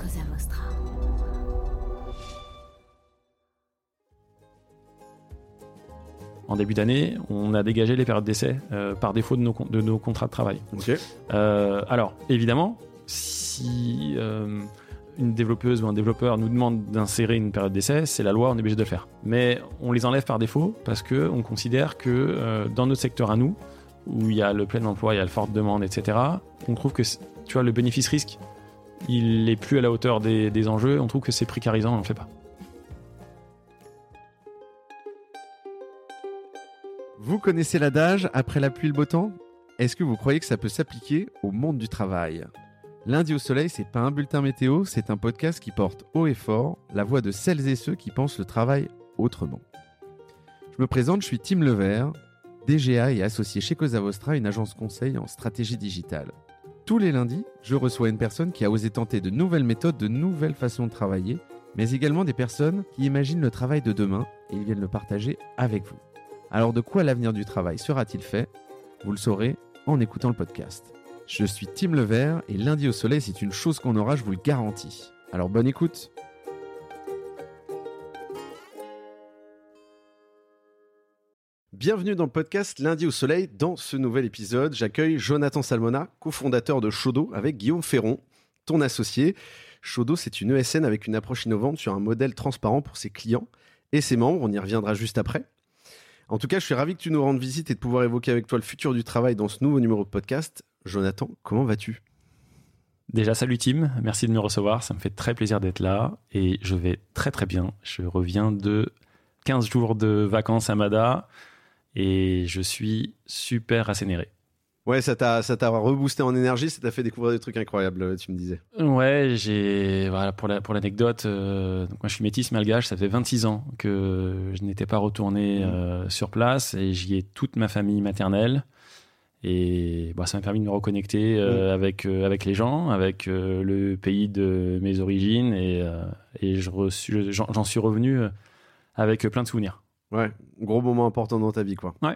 Cosa Vostra. En début d'année, on a dégagé les périodes d'essai par défaut de nos contrats de travail. Okay. Alors, évidemment, si une développeuse ou un développeur nous demande d'insérer une période d'essai, c'est la loi, on est obligé de le faire. Mais on les enlève par défaut parce qu'on considère que dans notre secteur à nous, où il y a le plein emploi, il y a la forte demande, etc., on trouve que tu vois, le bénéfice-risque, il n'est plus à la hauteur des enjeux. On trouve que c'est précarisant, on ne le fait pas. Vous connaissez l'adage « après la pluie le beau temps » ? Est-ce que vous croyez que ça peut s'appliquer au monde du travail ? Lundi au soleil, c'est pas un bulletin météo, c'est un podcast qui porte haut et fort la voix de celles et ceux qui pensent le travail autrement. Je me présente, je suis Tim Levert, DGA et associé chez Cosa Vostra, une agence conseil en stratégie digitale. Tous les lundis, je reçois une personne qui a osé tenter de nouvelles méthodes, de nouvelles façons de travailler, mais également des personnes qui imaginent le travail de demain et ils viennent le partager avec vous. Alors de quoi l'avenir du travail sera-t-il fait ? Vous le saurez en écoutant le podcast. Je suis Tim Levert et lundi au soleil, c'est une chose qu'on aura, je vous le garantis. Alors bonne écoute. Bienvenue dans le podcast Lundi au soleil. Dans ce nouvel épisode, j'accueille Jonathan Salmona, cofondateur de Shodo avec Guillaume Ferron, ton associé. Shodo, c'est une ESN avec une approche innovante sur un modèle transparent pour ses clients et ses membres. On y reviendra juste après. En tout cas, je suis ravi que tu nous rendes visite et de pouvoir évoquer avec toi le futur du travail dans ce nouveau numéro de podcast. Jonathan, comment vas-tu ? Déjà, salut Tim, merci de me recevoir, ça me fait très plaisir d'être là et je vais très très bien. Je reviens de 15 jours de vacances à Mada et je suis super rassénéré. Ouais, ça t'a reboosté en énergie, ça t'a fait découvrir des trucs incroyables, tu me disais. Ouais, voilà, pour l'anecdote, donc moi je suis métis malgache, ça fait 26 ans que je n'étais pas retourné sur place et j'y ai toute ma famille maternelle. Et ça m'a permis de me reconnecter avec les gens, avec le pays de mes origines et j'en suis revenu avec plein de souvenirs. Ouais, gros moment important dans ta vie, quoi. Ouais.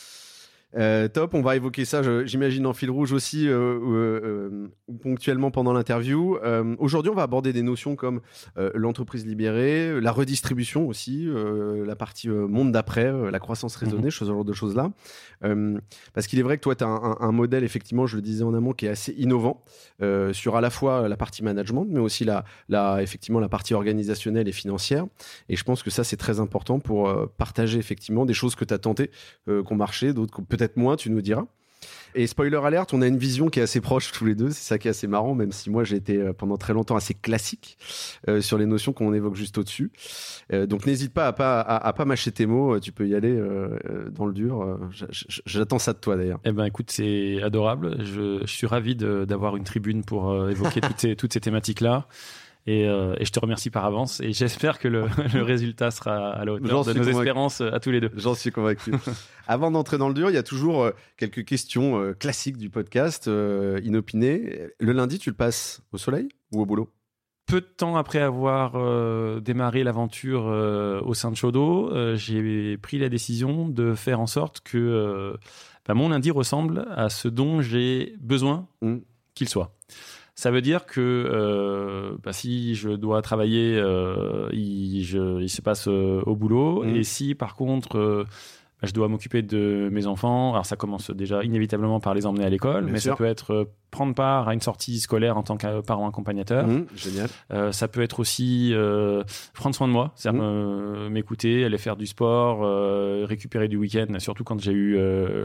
Top, on va évoquer ça, j'imagine, en fil rouge aussi, ponctuellement pendant l'interview. Aujourd'hui, on va aborder des notions comme l'entreprise libérée, la redistribution aussi, la partie monde d'après, la croissance raisonnée, ce genre de choses-là. Parce qu'il est vrai que toi, tu as un modèle, effectivement, je le disais en amont, qui est assez innovant sur à la fois la partie management, mais aussi effectivement la partie organisationnelle et financière. Et je pense que ça, c'est très important pour partager effectivement des choses que tu as tentées, qui ont marché, d'autres peut-être moins, tu nous diras. Et spoiler alert, on a une vision qui est assez proche tous les deux, c'est ça qui est assez marrant, même si moi j'ai été pendant très longtemps assez classique sur les notions qu'on évoque juste au-dessus. Donc n'hésite pas à pas mâcher tes mots, tu peux y aller dans le dur. J'attends ça de toi d'ailleurs. Eh ben écoute, c'est adorable. Je suis ravi d'avoir une tribune pour évoquer toutes ces thématiques-là. Et je te remercie par avance et j'espère que le résultat sera à la hauteur de nos espérances à tous les deux. J'en suis convaincu. Avant d'entrer dans le dur, il y a toujours quelques questions classiques du podcast, inopinées. Le lundi, tu le passes au soleil ou au boulot ? Peu de temps après avoir démarré l'aventure au sein de Shodo, j'ai pris la décision de faire en sorte que mon lundi ressemble à ce dont j'ai besoin qu'il soit. Ça veut dire que si je dois travailler, il se passe au boulot. Et si par contre je dois m'occuper de mes enfants, alors ça commence déjà inévitablement par les emmener à l'école, mais ça peut être prendre part à une sortie scolaire en tant que parent accompagnateur. Génial. Ça peut être aussi prendre soin de moi, c'est-à-dire m'écouter, aller faire du sport, récupérer du week-end, surtout quand j'ai eu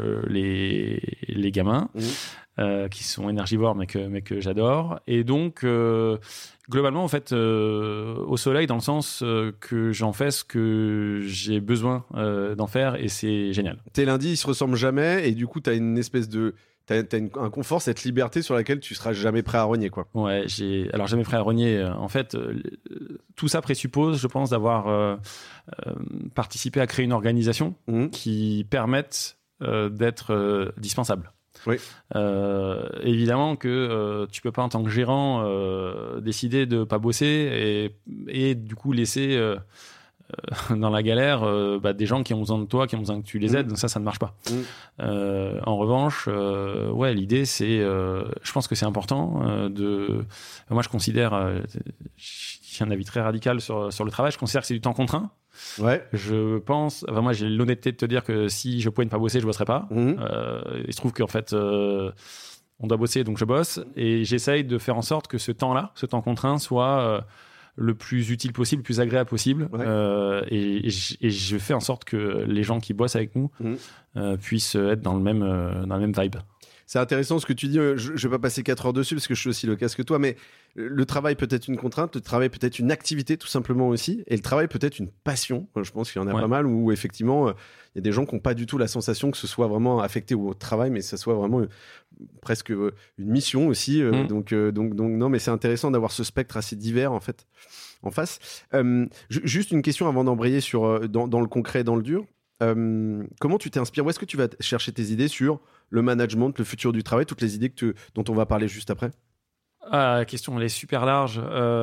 les gamins. Qui sont énergivores mais que j'adore, et donc globalement en fait au soleil, dans le sens que j'en fais ce que j'ai besoin d'en faire, et c'est génial. Tes lundis ils se ressemblent jamais, et du coup t'as une espèce de un confort, cette liberté sur laquelle tu seras jamais prêt à rogner, quoi. Ouais, alors jamais prêt à rogner. En fait, tout ça présuppose, je pense, d'avoir participé à créer une organisation qui permette d'être dispensable. Oui. Évidemment que tu peux pas en tant que gérant décider de pas bosser et du coup laisser dans la galère des gens qui ont besoin de toi, qui ont besoin que tu les aides. Donc ça ne marche pas. En revanche, l'idée c'est, je pense que c'est important moi je considère, j'ai un avis très radical sur le travail. Je considère que c'est du temps contraint. Ouais. Je pense, moi j'ai l'honnêteté de te dire que si je pouvais ne pas bosser, je bosserais pas. Il se trouve qu'en fait on doit bosser, donc je bosse et j'essaye de faire en sorte que ce temps contraint soit le plus utile possible, le plus agréable possible. Et je fais en sorte que les gens qui bossent avec nous puissent être dans le même vibe. C'est intéressant ce que tu dis. Je ne vais pas passer 4 heures dessus parce que je suis aussi le cas que toi, mais le travail peut être une contrainte, le travail peut être une activité tout simplement aussi, et le travail peut être une passion. Je pense qu'il y en a pas mal où effectivement il y a des gens qui n'ont pas du tout la sensation que ce soit vraiment affecté au travail, mais que ce soit vraiment presque une mission aussi. Donc non, mais c'est intéressant d'avoir ce spectre assez divers en fait en face. Juste une question avant d'embrayer sur dans le concret et dans le dur. Comment tu t'inspires? Où est-ce que tu vas chercher tes idées sur le management, le futur du travail, toutes les idées dont on va parler juste après? La question, elle est super large.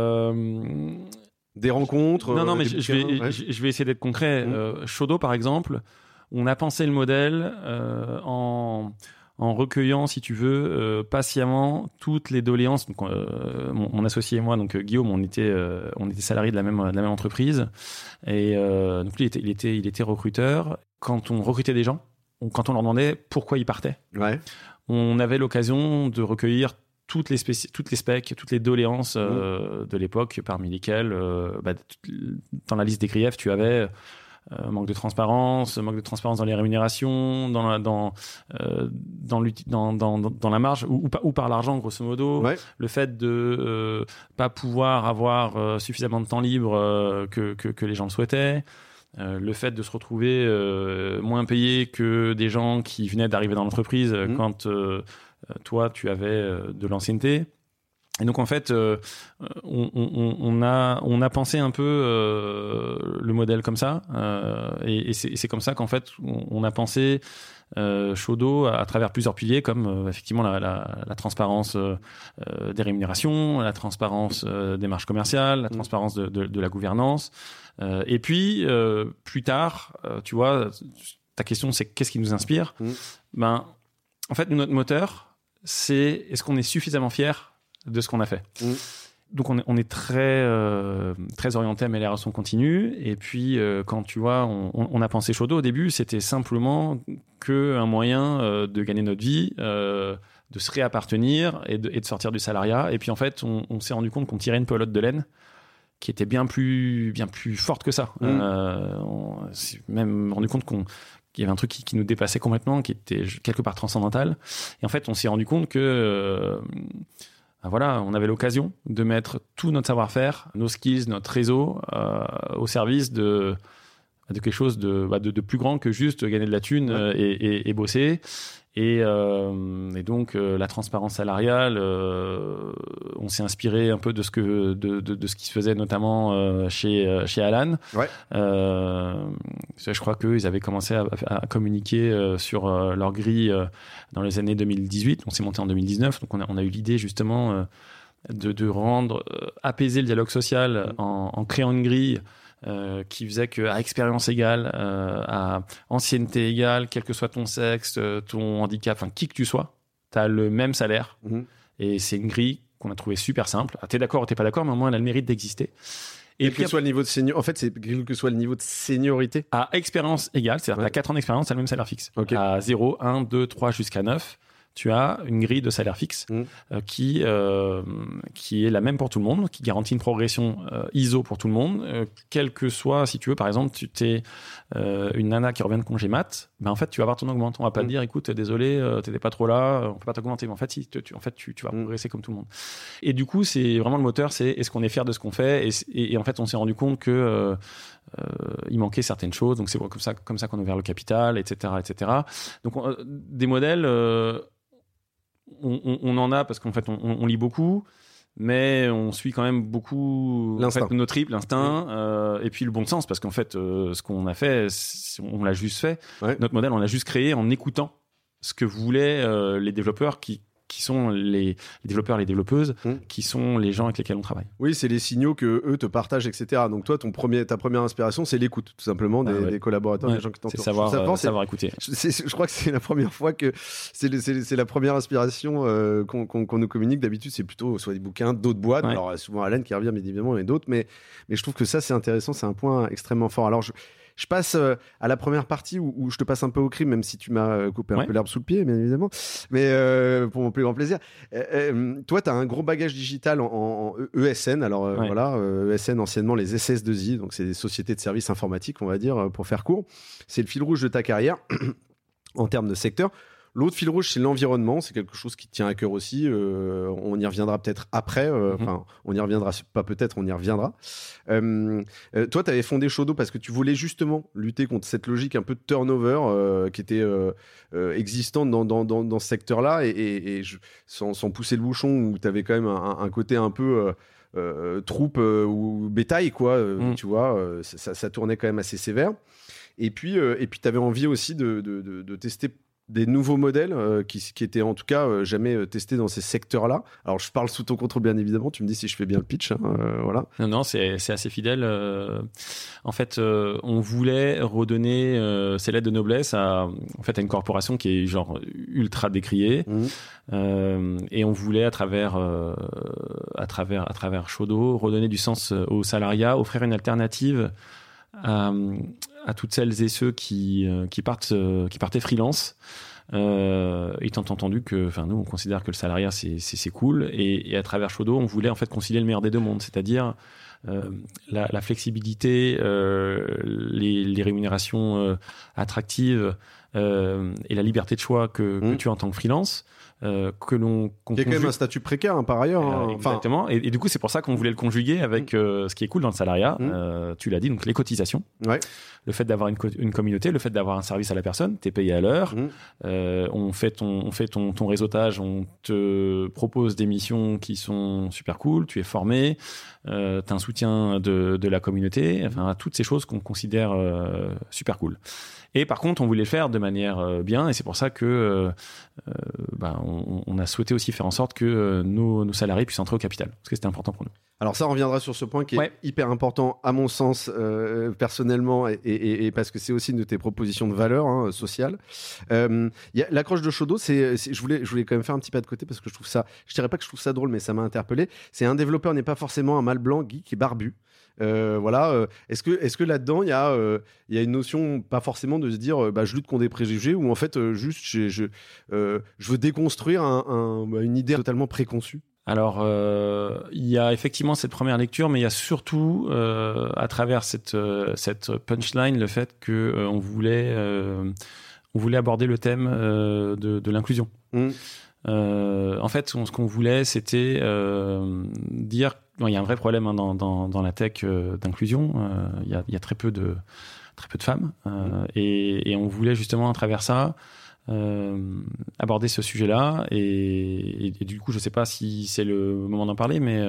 Des rencontres? Non, mais je vais essayer d'être concret. Shodo, par exemple, on a pensé le modèle en recueillant, si tu veux, patiemment toutes les doléances. Donc, mon associé et moi, donc Guillaume, on était salariés de la même entreprise. Et donc lui, il était recruteur. Quand on recrutait des gens, quand on leur demandait pourquoi ils partaient, on avait l'occasion de recueillir toutes les specs, toutes les doléances de l'époque, parmi lesquelles, dans la liste des griefs, tu avais manque de transparence dans les rémunérations, dans la marge ou par l'argent, grosso modo, le fait de pas pouvoir avoir suffisamment de temps libre que les gens le souhaitaient. Le fait de se retrouver moins payé que des gens qui venaient d'arriver dans l'entreprise quand toi tu avais de l'ancienneté. Et donc en fait on a pensé un peu le modèle comme ça et c'est comme ça qu'en fait on a pensé Shodo à travers plusieurs piliers comme effectivement la transparence des rémunérations, la transparence des marges commerciales, la transparence de la gouvernance. Et puis, plus tard, tu vois, ta question, c'est qu'est-ce qui nous inspire? En fait, notre moteur, c'est est-ce qu'on est suffisamment fier de ce qu'on a fait? Donc, on est très, très orienté amélioration continue. Et puis, quand tu vois, on a pensé Shodo au début, c'était simplement qu'un moyen de gagner notre vie, de se réappartenir et de sortir du salariat. Et puis, en fait, on s'est rendu compte qu'on tirait une pelote de laine qui était bien plus forte que ça. On s'est même rendu compte qu'il y avait un truc qui nous dépassait complètement, qui était quelque part transcendantal. Et en fait, on s'est rendu compte que on avait l'occasion de mettre tout notre savoir-faire, nos skills, notre réseau au service de quelque chose de plus grand que juste gagner de la thune et bosser. Et donc la transparence salariale, on s'est inspiré un peu de ce qui se faisait notamment chez Alan. Je crois qu'ils avaient commencé à communiquer sur leur grille dans les années 2018. On s'est monté en 2019, donc on a eu l'idée justement de rendre apaiser le dialogue social en créant une grille qui faisait qu'à expérience égale, à ancienneté égale, quel que soit ton sexe, ton handicap, enfin qui que tu sois, tu as le même salaire. Et c'est une grille qu'on a trouvée super simple. T'es d'accord ou t'es pas d'accord, mais au moins elle a le mérite d'exister. Et quel que soit le niveau de seniorité. En fait, c'est quel que soit le niveau de seniorité. À expérience égale, c'est-à-dire à 4 ans d'expérience, tu as le même salaire fixe. À 0, 1, 2, 3 jusqu'à 9. Tu as une grille de salaire fixe qui est la même pour tout le monde, qui garantit une progression ISO pour tout le monde, quel que soit, si tu veux, par exemple, tu es une nana qui revient de congé mat, en fait, tu vas avoir ton augmente. On va pas te dire, écoute, désolé, t'étais pas trop là, on peut pas t'augmenter. Mais en fait, si, tu vas progresser comme tout le monde. Et du coup, c'est vraiment le moteur, c'est est-ce qu'on est fier de ce qu'on fait et en fait, on s'est rendu compte que il manquait certaines choses. Donc, c'est comme ça qu'on a ouvert le capital, etc., etc. Donc, des modèles... On en a parce qu'en fait on lit beaucoup, mais on suit quand même beaucoup nos tripes, l'instinct et puis le bon sens, parce qu'en fait ce qu'on a fait, on l'a juste fait. Notre modèle, on l'a juste créé en écoutant ce que voulaient les développeurs qui qui sont les développeurs, les développeuses, qui sont les gens avec lesquels on travaille. Oui, c'est les signaux que eux te partagent, etc. Donc toi, ta première inspiration, c'est l'écoute, tout simplement, des collaborateurs, des gens qui t'entourent. C'est savoir écouter. Je crois que c'est la première fois que c'est la première inspiration qu'on nous communique. D'habitude, c'est plutôt soit des bouquins, d'autres boîtes. Ouais. Alors souvent Alan qui revient, bien évidemment, mais d'autres. Mais je trouve que ça, c'est intéressant. C'est un point extrêmement fort. Alors je passe à la première partie où je te passe un peu au crime, même si tu m'as coupé un peu l'herbe sous le pied, bien évidemment. Mais pour mon plus grand plaisir. Toi, tu as un gros bagage digital en ESN. Alors voilà, ESN, anciennement les SS2I, donc c'est des sociétés de services informatiques, on va dire, pour faire court. C'est le fil rouge de ta carrière en termes de secteur. L'autre fil rouge, c'est l'environnement. C'est quelque chose qui te tient à cœur aussi. On y reviendra peut-être après. Enfin, on y reviendra, pas peut-être, on y reviendra. Toi, tu avais fondé Shodo parce que tu voulais justement lutter contre cette logique un peu de turnover qui était existante dans ce secteur-là. Et sans pousser le bouchon, où tu avais quand même un côté un peu... troupe ou bétail, quoi. Tu vois, ça tournait quand même assez sévère. Et puis tu avais envie aussi de tester des nouveaux modèles qui étaient en tout cas jamais testés dans ces secteurs-là. Alors je parle sous ton contrôle bien évidemment, tu me dis si je fais bien le pitch, voilà. Non, c'est assez fidèle. En fait, on voulait redonner ces lettres de noblesse à une corporation qui est genre ultra décriée, et on voulait à travers Shodo redonner du sens au salariat, offrir une alternative à toutes celles et ceux qui partaient freelance, étant entendu que nous on considère que le salariat c'est cool, et à travers Shodo on voulait en fait concilier le meilleur des deux mondes, c'est-à-dire la flexibilité, les rémunérations attractives, et la liberté de choix que tu as en tant que freelance, que l'on qui est quand même un statut précaire par ailleurs. Exactement. Et du coup, c'est pour ça qu'on voulait le conjuguer avec ce qui est cool dans le salariat. Tu l'as dit, donc les cotisations. Ouais. Le fait d'avoir une communauté, le fait d'avoir un service à la personne, t'es payé à l'heure. On fait ton réseautage, on te propose des missions qui sont super cool. Tu es formé, t'as un soutien de la communauté. Enfin, toutes ces choses qu'on considère super cool. Et par contre, on voulait le faire de manière bien, et c'est pour ça que on a souhaité aussi faire en sorte que nos salariés puissent entrer au capital, parce que c'était important pour nous. Alors ça, on reviendra sur ce point qui est hyper important à mon sens personnellement, et parce que c'est aussi une de tes propositions de valeur sociale. L'accroche de Shodo, je voulais quand même faire un petit pas de côté parce que je trouve ça, je dirais pas que je trouve ça drôle, mais ça m'a interpellé. C'est un développeur n'est pas forcément un mâle blanc, geek et barbu. Voilà. Est-ce que là-dedans il y a une notion pas forcément de se dire je lutte contre des préjugés, ou en fait juste je veux déconstruire une idée totalement préconçue? Alors, il y a effectivement cette première lecture, mais il y a surtout à travers cette punchline le fait que on voulait aborder le thème de l'inclusion. En fait, ce qu'on voulait, c'était dire il y a un vrai problème dans la tech d'inclusion. Il y a très peu de femmes, et on voulait justement à travers ça aborder ce sujet-là, et du coup je sais pas si c'est le moment d'en parler, mais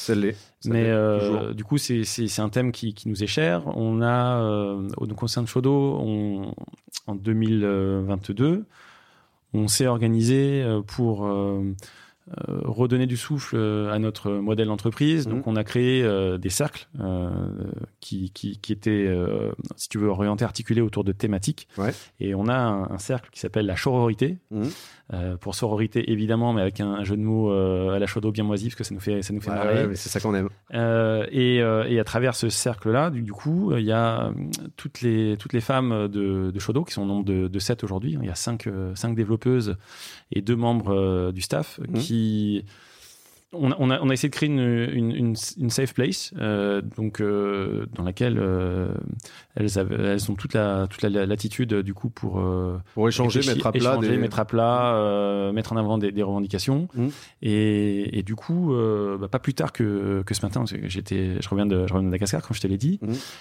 du coup c'est un thème qui nous est cher. On a au sein de Shodo, en 2022 on s'est organisé pour redonner du souffle à notre modèle d'entreprise. Donc on a créé des cercles qui étaient, si tu veux, orientés, articulés autour de thématiques. Et on a un cercle qui s'appelle la sororité. Pour sororité évidemment, mais avec un jeu de mots à la Shodo bien moisi, parce que ça nous fait marrer. Ouais, mais c'est ça qu'on aime. Et à travers ce cercle-là, du coup, il y a toutes les femmes de Shodo, qui sont au nombre de 7 aujourd'hui. Il y a 5 développeuses et 2 membres du staff qui... On a essayé de créer une safe place, donc dans laquelle elles ont toute la latitude du coup pour échanger, mettre à plat, mettre en avant des revendications. Et du coup, pas plus tard que ce matin, parce que je reviens de Madagascar, comme je te l'ai dit.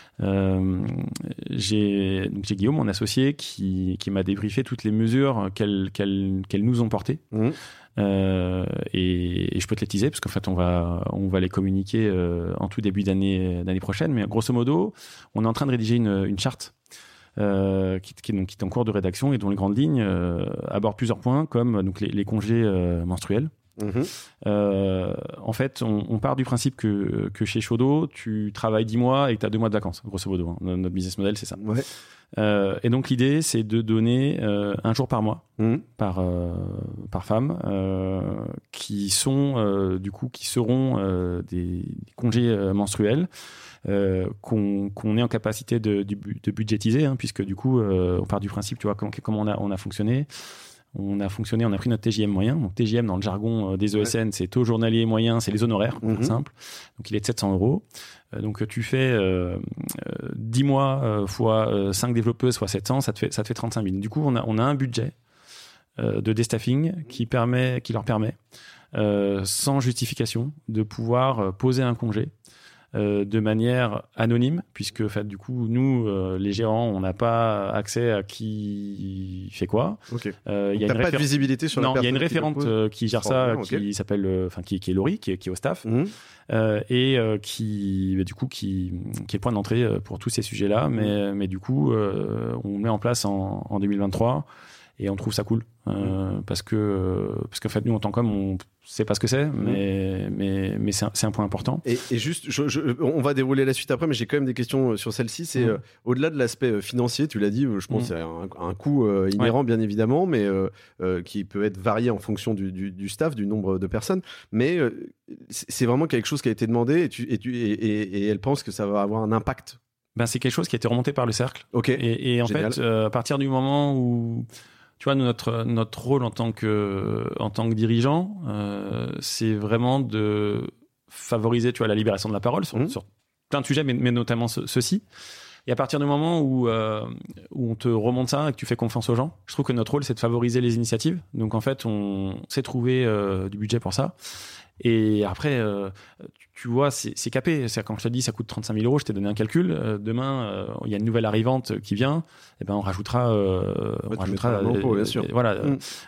J'ai Guillaume, mon associé, qui m'a débriefé toutes les mesures qu'elles nous ont portées. Et je peux te les teaser parce qu'en fait on va les communiquer en tout début d'année prochaine, mais grosso modo on est en train de rédiger une charte qui est en cours de rédaction et dont les grandes lignes abordent plusieurs points, comme donc les congés menstruels. En fait, on part du principe que chez Shodo, tu travailles 10 mois et que tu as 2 mois de vacances, grosso modo. Hein. Notre business model, c'est ça. Ouais. Et donc, l'idée, c'est de donner un jour par mois par femme qui seront des congés menstruels qu'on est en capacité de budgétiser, hein, puisque du coup, on part du principe, tu vois, comment on a fonctionné. On a pris notre TJM moyen. Donc, TJM, dans le jargon des ESN, c'est taux journalier moyen, c'est les honoraires, pour faire simple. Donc, il est de 700 €. Donc, tu fais 10 mois fois 5 développeuses fois 700, ça te fait 35 000. Du coup, on a un budget de déstaffing qui leur permet, sans justification, de pouvoir poser un congé de manière anonyme, puisque en fait, du coup, nous, les gérants, on n'a pas accès à qui fait quoi. Okay. Il y a pas de visibilité sur la personne. Non, il y a une référente qui gère ça, qui s'appelle, qui est Laurie, qui est au staff, et qui est le point d'entrée pour tous ces sujets-là. Mais du coup, on met en place en 2023. Et on trouve ça cool parce qu'en fait nous en tant qu'hommes on sait pas ce que c'est, mais c'est un point important. Et juste, on va dérouler la suite après, mais j'ai quand même des questions sur celle-ci. C'est au-delà de l'aspect financier, tu l'as dit, je pense qu'il y a un coût inhérent bien évidemment, mais qui peut être varié en fonction du staff, du nombre de personnes. Mais c'est vraiment quelque chose qui a été demandé et elle pense que ça va avoir un impact. Ben, c'est quelque chose qui a été remonté par le cercle. Okay. Et en fait, à partir du moment où tu vois, notre rôle en tant que dirigeant, c'est vraiment de favoriser, tu vois, la libération de la parole sur plein de sujets, mais notamment ceci. Et à partir du moment où on te remonte ça et que tu fais confiance aux gens, je trouve que notre rôle, c'est de favoriser les initiatives. Donc en fait, on sait trouver du budget pour ça. Et après, tu vois, c'est capé. C'est quand je te dis ça coûte 35 000 €, je t'ai donné un calcul. Demain, il y a une nouvelle arrivante qui vient. Et ben, on rajoutera. Bien sûr. Voilà.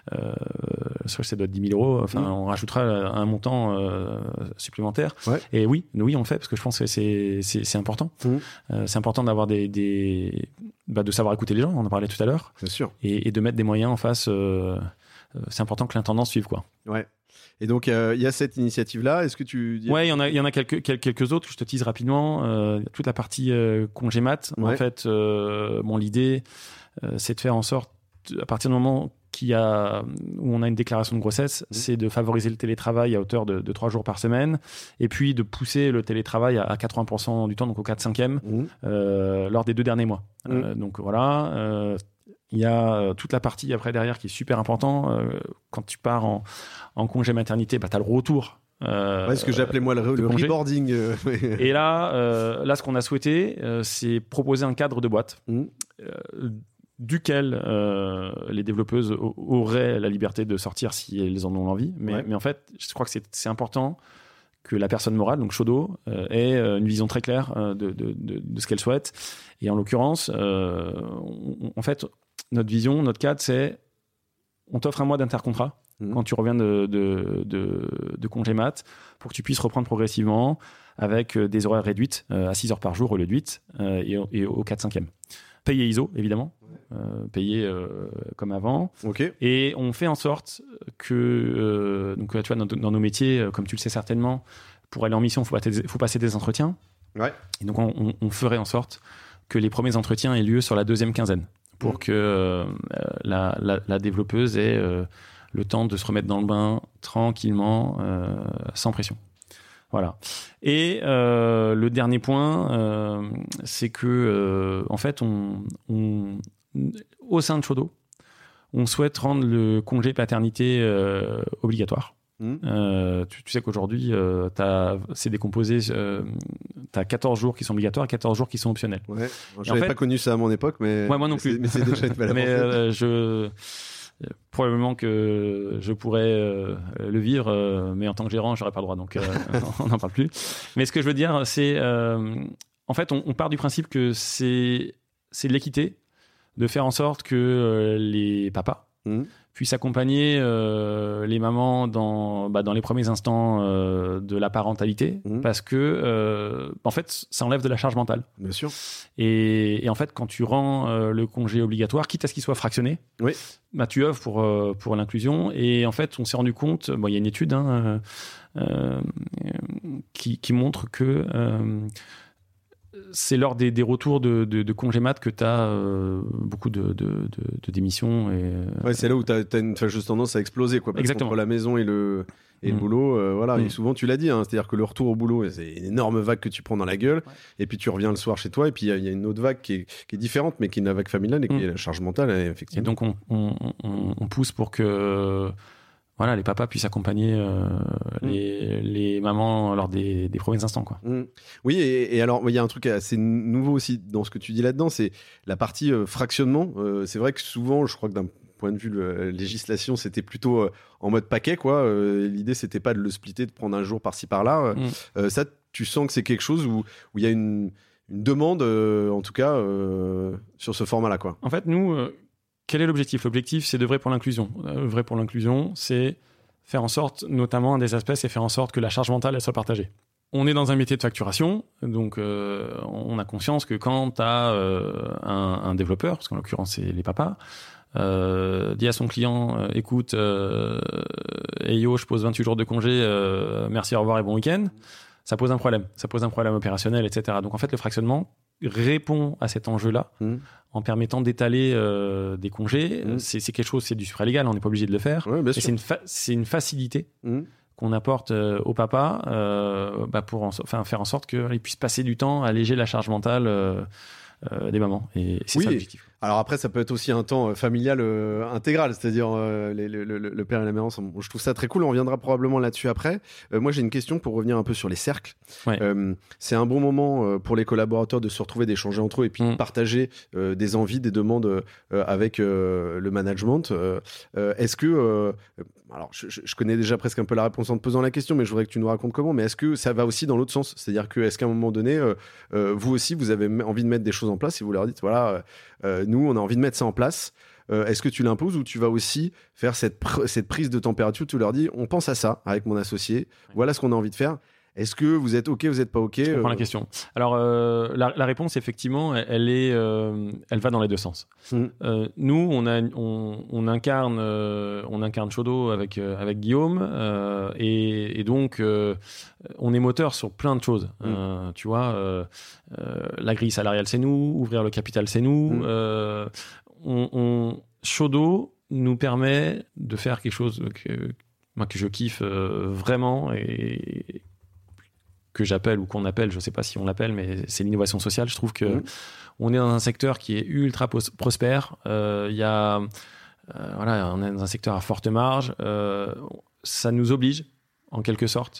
Ça doit être 10 000 €. Enfin, on rajoutera un montant supplémentaire. Ouais. Et oui, on le fait parce que je pense que c'est important. C'est important d'avoir de savoir écouter les gens. On en parlait tout à l'heure. Bien sûr. Et de mettre des moyens en face. C'est important que l'intendance suive, quoi. Ouais. Et donc, il y a cette initiative-là. Est-ce que tu... Ouais, il y en a quelques autres que je te tease rapidement. Toute la partie congé mat. Ouais. En fait, l'idée, c'est de faire en sorte, à partir du moment où on a une déclaration de grossesse, c'est de favoriser le télétravail à hauteur de 3 jours par semaine, et puis de pousser le télétravail à 80% du temps, donc au 4/5e, lors des 2 derniers mois. Donc voilà... Il y a toute la partie après derrière qui est super important. Quand tu pars en congé maternité, bah, tu as le retour. Ce que j'appelais moi le reboarding. Et là, ce qu'on a souhaité, c'est proposer un cadre de boîte duquel les développeuses auraient la liberté de sortir si elles en ont l'envie. Mais en fait, je crois que c'est important que la personne morale, donc Shodo, ait une vision très claire de ce qu'elle souhaite. Et en l'occurrence, en fait, notre vision, notre cadre, c'est on t'offre un mois d'intercontrat quand tu reviens de congé mat pour que tu puisses reprendre progressivement avec des horaires réduites à 6 heures par jour au lieu de 8 et au 4/5e. Payé ISO, évidemment. Payé comme avant. Okay. Et on fait en sorte que, donc, tu vois, dans nos métiers, comme tu le sais certainement, pour aller en mission, il faut passer des entretiens. Ouais. Et donc, on ferait en sorte que les premiers entretiens aient lieu sur la 2e quinzaine pour que la développeuse ait le temps de se remettre dans le bain tranquillement, sans pression. Voilà. Et le dernier point, c'est que en fait, au sein de Shodo, on souhaite rendre le congé paternité obligatoire. Tu sais qu'aujourd'hui, c'est décomposé. Tu as 14 jours qui sont obligatoires et 14 jours qui sont optionnels. Ouais. Je n'avais pas connu ça à mon époque, mais ouais, moi non plus. Mais c'est déjà une belle avancée. Probablement que je pourrais le vivre, mais en tant que gérant, j'aurais pas le droit, donc on n'en parle plus. Mais ce que je veux dire, c'est en fait, on part du principe que c'est de l'équité, de faire en sorte que les papas puisse accompagner les mamans dans les premiers instants de la parentalité, parce que en fait, ça enlève de la charge mentale. Bien sûr. Et en fait, quand tu rends le congé obligatoire, quitte à ce qu'il soit fractionné, oui. Tu œuvres pour l'inclusion. Et en fait, on s'est rendu compte, il y a une étude qui montre que c'est lors des retours de congé mat que tu as beaucoup de démissions. Ouais, c'est là où tu as une fâcheuse tendance à exploser, quoi. Exactement. Entre la maison et le boulot, voilà. Et souvent, tu l'as dit, c'est-à-dire que le retour au boulot, c'est une énorme vague que tu prends dans la gueule. Ouais. Et puis tu reviens le soir chez toi, et puis il y a une autre vague qui est différente, mais qui est la vague familiale et qui est la charge mentale, effectivement. Et donc on pousse pour que les papas puissent accompagner les mamans lors des premiers instants, quoi. Oui, et alors il y a un truc assez nouveau aussi dans ce que tu dis là-dedans, c'est la partie fractionnement. C'est vrai que souvent, je crois que d'un point de vue législation, c'était plutôt en mode paquet, quoi. L'idée, c'était pas de le splitter, de prendre un jour par-ci par-là. Ça, tu sens que c'est quelque chose où il y a une demande, en tout cas, sur ce format-là, quoi. En fait, nous, quel est l'objectif ? L'objectif, c'est d'œuvrer pour l'inclusion. Œuvrer pour l'inclusion, c'est faire en sorte, notamment un des aspects, c'est faire en sorte que la charge mentale, elle soit partagée. On est dans un métier de facturation, donc on a conscience que quand tu as un développeur, parce qu'en l'occurrence, c'est les papas, dit à son client, écoute, yo, je pose 28 jours de congé, merci, au revoir et bon week-end, ça pose un problème opérationnel, etc. Donc en fait, le fractionnement répond à cet enjeu-là en permettant d'étaler des congés. C'est quelque chose, c'est du supralégal, on n'est pas obligé de le faire. Ouais, mais c'est une facilité qu'on apporte au papa pour faire en sorte qu'il puisse passer du temps à alléger la charge mentale des mamans. Et c'est ça l'objectif. Alors après, ça peut être aussi un temps familial intégral, c'est-à-dire le père et la mère ensemble. Je trouve ça très cool, on reviendra probablement là-dessus après. Moi, j'ai une question pour revenir un peu sur les cercles. Ouais. C'est un bon moment pour les collaborateurs de se retrouver, d'échanger entre eux et puis de partager des envies, des demandes avec le management. Est-ce que... alors, je connais déjà presque un peu la réponse en te posant la question, mais je voudrais que tu nous racontes comment. Mais est-ce que ça va aussi dans l'autre sens ? C'est-à-dire que est-ce qu'à un moment donné, vous aussi, vous avez envie de mettre des choses en place et vous leur dites, voilà... nous, on a envie de mettre ça en place. Est-ce que tu l'imposes ou tu vas aussi faire cette prise de température ? Tu leur dis, on pense à ça avec mon associé. Voilà ce qu'on a envie de faire. Est-ce que vous êtes OK, vous n'êtes pas OK ? Je comprends la question. Alors, la réponse, effectivement, elle va dans les deux sens. Nous, on incarne Shodo avec Guillaume et donc on est moteur sur plein de choses. Tu vois, la grille salariale, c'est nous. Ouvrir le capital, c'est nous. Shodo nous permet de faire quelque chose que je kiffe vraiment et que j'appelle ou qu'on appelle, je ne sais pas si on l'appelle, mais c'est l'innovation sociale. Je trouve que on est dans un secteur qui est ultra prospère. On est dans un secteur à forte marge. Ça nous oblige, en quelque sorte,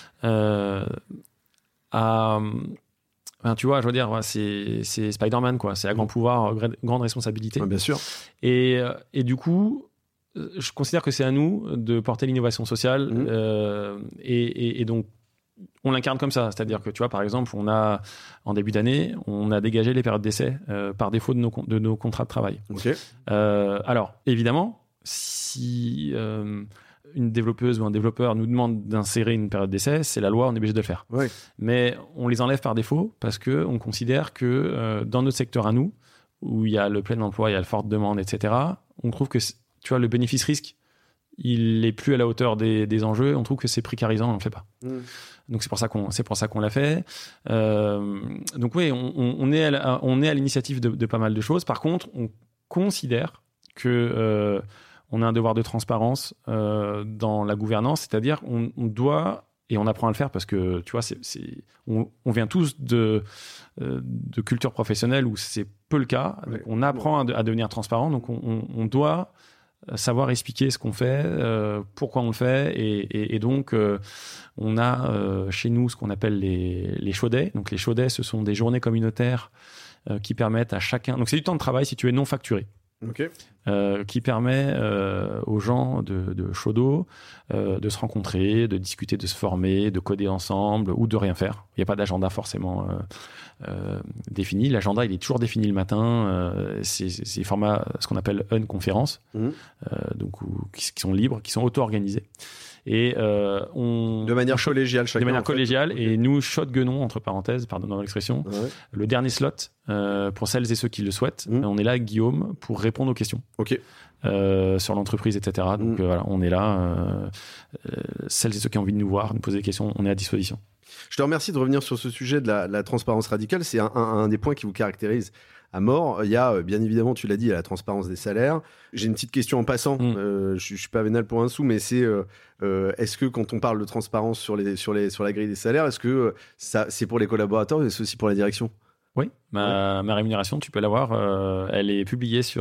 tu vois, je veux dire, c'est Spider-Man, quoi. C'est à grand pouvoir, grande responsabilité. Bien sûr. Et du coup, je considère que c'est à nous de porter l'innovation sociale. Et donc, on l'incarne comme ça. C'est-à-dire que, tu vois, par exemple, en début d'année, on a dégagé les périodes d'essai par défaut de nos contrats de travail. Okay. Alors, évidemment, si une développeuse ou un développeur nous demande d'insérer une période d'essai, c'est la loi, on est obligé de le faire. Oui. Mais on les enlève par défaut parce qu'on considère que dans notre secteur à nous, où il y a le plein emploi, il y a la forte demande, etc., on trouve que, tu vois, le bénéfice-risque, il n'est plus à la hauteur des enjeux. On trouve que c'est précarisant, on ne le fait pas. Donc c'est pour ça qu'on l'a fait. Donc oui, on est à l'initiative de pas mal de choses. Par contre, on considère que on a un devoir de transparence dans la gouvernance, c'est-à-dire on doit, et on apprend à le faire parce que tu vois, on vient tous de culture professionnelle où c'est peu le cas. Donc on apprend à devenir transparent. Donc on doit savoir expliquer ce qu'on fait, pourquoi on le fait, et donc on a chez nous ce qu'on appelle les show days. Donc les show days, ce sont des journées communautaires qui permettent à chacun. Donc c'est du temps de travail si tu es non facturé. Ok. Qui permet aux gens de Shodo de se rencontrer, de discuter, de se former, de coder ensemble ou de rien faire. Il n'y a pas d'agenda forcément défini. L'agenda, il est toujours défini le matin. C'est format, ce qu'on appelle une-conférence, donc qui sont libres, qui sont auto-organisés. Et de manière collégiale, chacun. De manière collégiale. Okay. Et nous shotgunnons, entre parenthèses, pardonnez l'expression, le dernier slot pour celles et ceux qui le souhaitent. On est là avec Guillaume pour répondre aux questions. Ok. Sur l'entreprise, etc. Donc voilà, on est là. Celles et ceux qui ont envie de nous voir, nous poser des questions, on est à disposition. Je te remercie de revenir sur ce sujet de la transparence radicale. C'est un des points qui vous caractérise à mort. Il y a, bien évidemment, tu l'as dit, la transparence des salaires. J'ai une petite question en passant. Je suis pas vénal pour un sou, mais c'est est-ce que quand on parle de transparence sur la grille des salaires, est-ce que ça c'est pour les collaborateurs ou est-ce aussi pour la direction ? Oui, ma rémunération, tu peux l'avoir. Elle est publiée sur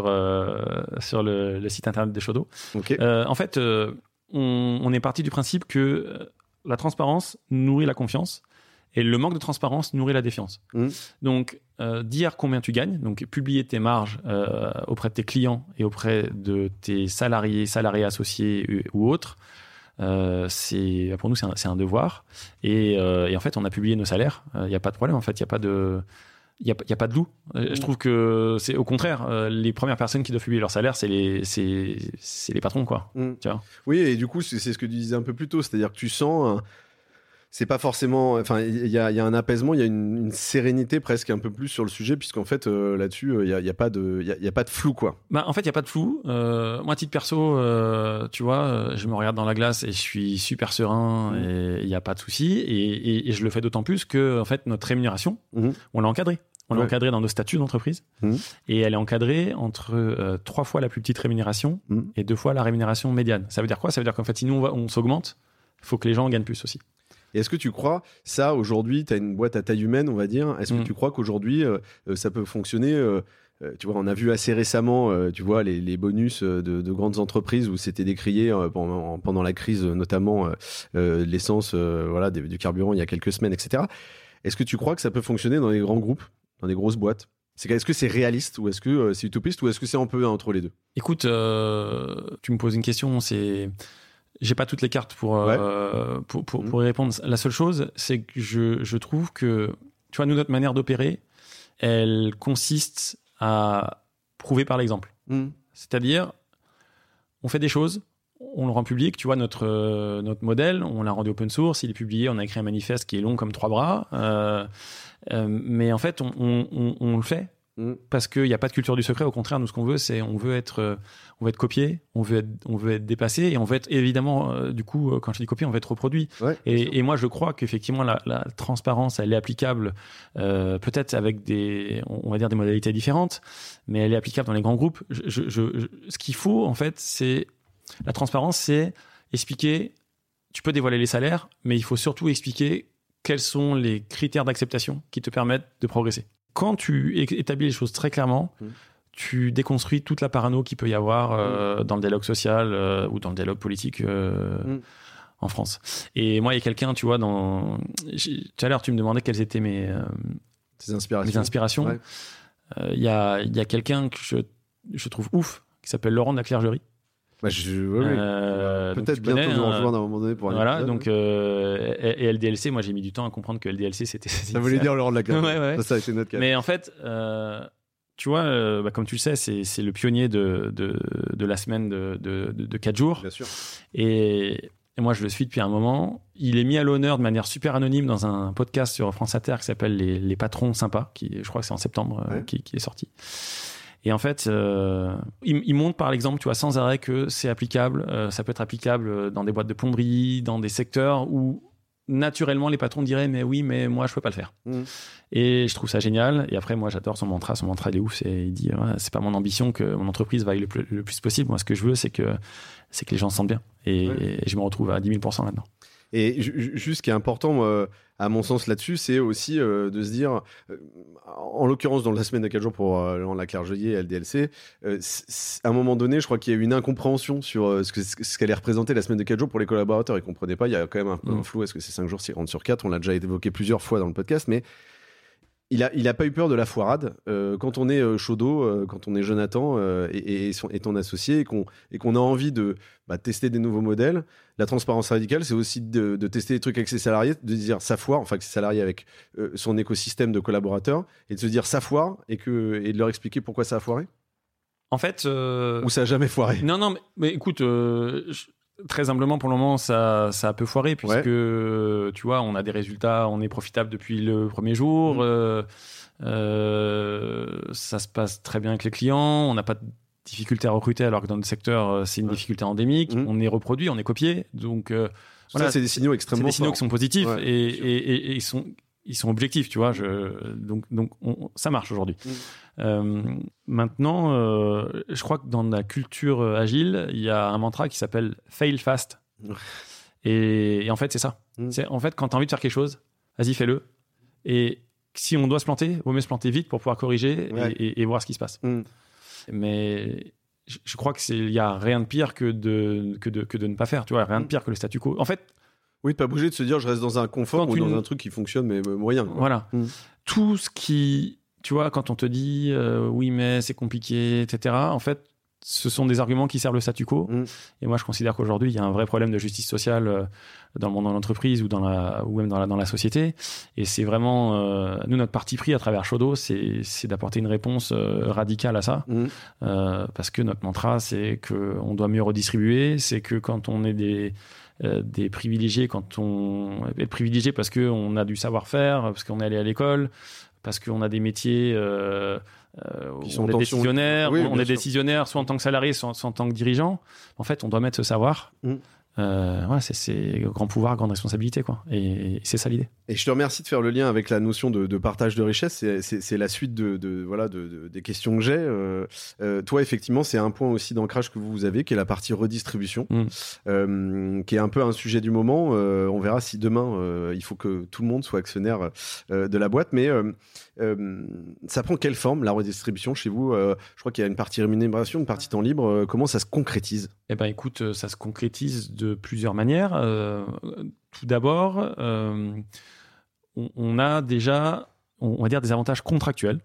le site internet de Shodo. Okay. En fait, on est parti du principe que la transparence nourrit la confiance et le manque de transparence nourrit la défiance. Donc, dire combien tu gagnes, donc publier tes marges auprès de tes clients et auprès de tes salariés associés ou autres, pour nous, c'est un devoir. Et en fait, on a publié nos salaires. Il n'y a pas de problème. En fait, il n'y a pas de loup. Je trouve que c'est au contraire, les premières personnes qui doivent publier leur salaire, c'est les patrons, quoi. Tu vois. Oui, et du coup, c'est ce que tu disais un peu plus tôt, c'est-à-dire que tu sens, c'est pas forcément, enfin, il y a un apaisement, il y a une sérénité presque un peu plus sur le sujet, puisqu'en fait, là-dessus, il y a pas de flou, quoi. Bah, en fait, il y a pas de flou. Moi, à titre perso, tu vois, je me regarde dans la glace et je suis super serein et il y a pas de souci. Et je le fais d'autant plus que, en fait, notre rémunération, on l'a encadrée. On l'a encadrée dans nos statuts d'entreprise et elle est encadrée entre 3 fois la plus petite rémunération et 2 fois la rémunération médiane. Ça veut dire quoi ? Ça veut dire qu'en fait, si nous, on s'augmente, il faut que les gens gagnent plus aussi. Et est-ce que tu crois, ça, aujourd'hui, tu as une boîte à taille humaine, on va dire, est-ce que tu crois qu'aujourd'hui, ça peut fonctionner tu vois, on a vu assez récemment, tu vois, les bonus de grandes entreprises où c'était décrié pendant la crise, notamment l'essence, voilà, du carburant il y a quelques semaines, etc. Est-ce que tu crois que ça peut fonctionner dans les grands groupes, dans des grosses boîtes ? Est-ce que c'est réaliste ou est-ce que c'est utopiste ou est-ce que c'est un peu entre les deux ? Écoute, tu me poses une question, j'ai pas toutes les cartes pour y répondre. La seule chose, c'est que je trouve que, tu vois, nous, notre manière d'opérer, elle consiste à prouver par l'exemple. C'est-à-dire, on fait des choses, on le rend public. Tu vois, notre modèle, on l'a rendu open source, il est publié, on a écrit un manifeste qui est long comme 3 bras. Mais en fait, on le fait. Parce qu'il n'y a pas de culture du secret. Au contraire, nous, ce qu'on veut, c'est on veut être copié, on veut être dépassé et on veut être, évidemment, du coup, quand je dis copié, on veut être reproduit. Ouais, et moi, je crois qu'effectivement, la transparence, elle est applicable peut-être avec on va dire des modalités différentes, mais elle est applicable dans les grands groupes. Ce qu'il faut, en fait, c'est la transparence, c'est expliquer. Tu peux dévoiler les salaires, mais il faut surtout expliquer quels sont les critères d'acceptation qui te permettent de progresser. Quand tu établis les choses très clairement, tu déconstruis toute la parano qu'il peut y avoir dans le dialogue social ou dans le dialogue politique en France. Et moi, il y a quelqu'un, tu vois, tout à l'heure, tu me demandais quelles étaient mes inspirations. Ouais. Il y a quelqu'un que je trouve ouf, qui s'appelle Laurent de la Clergerie. Bah, peut-être bientôt nous rejoindre à un moment donné pour un voilà, épisode. Donc, et LDLC, moi j'ai mis du temps à comprendre que LDLC c'était. Ça voulait dire Laurent de la Clergerie. Ouais. Ça a été notre cas. Mais en fait, tu vois, comme tu le sais, c'est le pionnier de la semaine de 4 jours. Bien sûr. Et moi je le suis depuis un moment. Il est mis à l'honneur de manière super anonyme dans un podcast sur France Inter qui s'appelle Les Patrons Sympas, qui je crois que c'est en septembre qui est sorti. Et en fait, il montre par l'exemple, tu vois, sans arrêt que c'est applicable. Ça peut être applicable dans des boîtes de plomberie, dans des secteurs où naturellement les patrons diraient mais oui, mais moi je peux pas le faire. Et je trouve ça génial. Et après, moi j'adore son mantra. Son mantra il est ouf. Il dit c'est pas mon ambition que mon entreprise vaille le plus possible. Moi, ce que je veux, c'est que les gens se sentent bien. Et je me retrouve à 10 000% là-dedans. Et juste ce qui est important, à mon sens, là-dessus, c'est aussi de se dire, en l'occurrence, dans la semaine de 4 jours pour la Clergerie et LDLC, à un moment donné, je crois qu'il y a eu une incompréhension sur ce qu'allait représenter la semaine de 4 jours pour les collaborateurs. Ils ne comprenaient pas, il y a quand même un peu un flou. Est-ce que c'est 5 jours, 40 sur 4 ? On l'a déjà évoqué plusieurs fois dans le podcast, mais il a pas eu peur de la foirade. Quand on est Shodo, quand on est Jonathan et ton associé et qu'on a envie de tester des nouveaux modèles, la transparence radicale, c'est aussi de tester des trucs avec ses salariés, de dire ça foire, enfin avec ses salariés, avec son écosystème de collaborateurs, et de se dire ça foire et de leur expliquer pourquoi ça a foiré. En fait, ou ça a jamais foiré. Non, mais écoute. Très humblement, pour le moment, ça a peu foiré puisque, tu vois, on a des résultats, on est profitable depuis le premier jour, ça se passe très bien avec les clients, on n'a pas de difficulté à recruter alors que dans notre secteur, c'est une difficulté endémique, on est reproduit, on est copié, donc voilà, c'est des signaux extrêmement forts. C'est des signaux qui sont positifs et ils sont objectifs, tu vois, donc ça marche aujourd'hui. Maintenant, je crois que dans la culture agile, il y a un mantra qui s'appelle « fail fast ». Et en fait, c'est ça. C'est, en fait, quand tu as envie de faire quelque chose, vas-y, fais-le. Et si on doit se planter, il vaut mieux se planter vite pour pouvoir corriger et voir ce qui se passe. Mais je crois qu'il n'y a rien de pire que de ne pas faire. Tu vois, rien de pire que le statu quo. En fait, oui, de pas bouger, de se dire je reste dans un confort ou dans un truc qui fonctionne, mais moyen. Quoi. Voilà. Tout ce qui... Tu vois, quand on te dit oui, mais c'est compliqué, etc., en fait, ce sont des arguments qui servent le statu quo. Et moi, je considère qu'aujourd'hui, il y a un vrai problème de justice sociale dans le monde de l'entreprise ou même dans la société. Et c'est vraiment... nous, notre parti pris à travers Shodo, c'est d'apporter une réponse radicale à ça. Parce que notre mantra, c'est qu'on doit mieux redistribuer. C'est que quand on est des privilégiés, quand on est privilégié parce qu'on a du savoir-faire, parce qu'on est allé à l'école, parce qu'on a des métiers on est décisionnaire, on est décisionnaire soit en tant que salarié, soit en tant que dirigeant. En fait, on doit mettre ce savoir. Voilà, c'est grand pouvoir, grande responsabilité, quoi. Et c'est ça l'idée. Et je te remercie de faire le lien avec la notion de partage de richesse. C'est la suite des questions que j'ai. Toi, effectivement, c'est un point aussi d'ancrage que vous avez, qui est la partie redistribution, qui est un peu un sujet du moment. On verra si demain, il faut que tout le monde soit actionnaire de la boîte. Mais ça prend quelle forme, la redistribution, chez vous? Je crois qu'il y a une partie rémunération, une partie temps libre. Comment ça se concrétise? Eh ben, écoute, ça se concrétise de plusieurs manières. Tout d'abord, on a déjà, on va dire, des avantages contractuels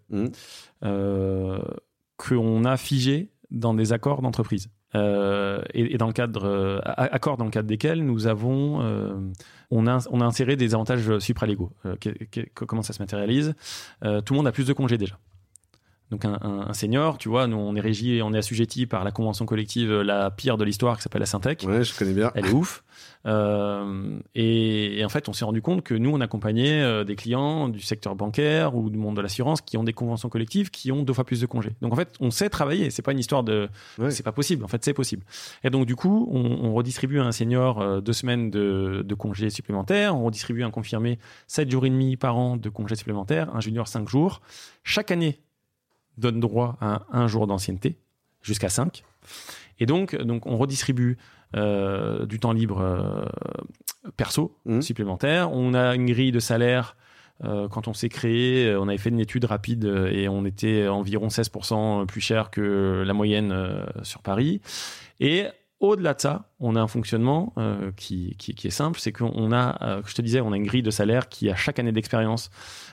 qu'on a figés dans des accords d'entreprise. Et dans le cadre accords dans le cadre desquels nous avons on a inséré des avantages supralégaux. Comment ça se matérialise? Tout le monde a plus de congés déjà. Donc un senior, tu vois, nous on est régi et on est assujetti par la convention collective la pire de l'histoire qui s'appelle la Syntec. Ouais, je connais bien. Elle est ouf. Et en fait, on s'est rendu compte que nous, on accompagnait des clients du secteur bancaire ou du monde de l'assurance qui ont des conventions collectives qui ont 2 fois plus de congés. Donc en fait, on sait travailler. C'est pas une histoire de c'est pas possible. En fait, c'est possible. Et donc du coup, on redistribue à un senior 2 semaines de congés supplémentaires. On redistribue un confirmé 7 jours et demi par an de congés supplémentaires. Un junior 5 jours. Chaque année donne droit à 1 jour d'ancienneté, jusqu'à 5. Et donc on redistribue du temps libre perso supplémentaire. On a une grille de salaire. Quand on s'est créé, on avait fait une étude rapide et on était environ 16% plus cher que la moyenne sur Paris. Et au-delà de ça, on a un fonctionnement qui est simple, c'est qu'on a, je te disais, on a une grille de salaire qui, à chaque année d'expérience,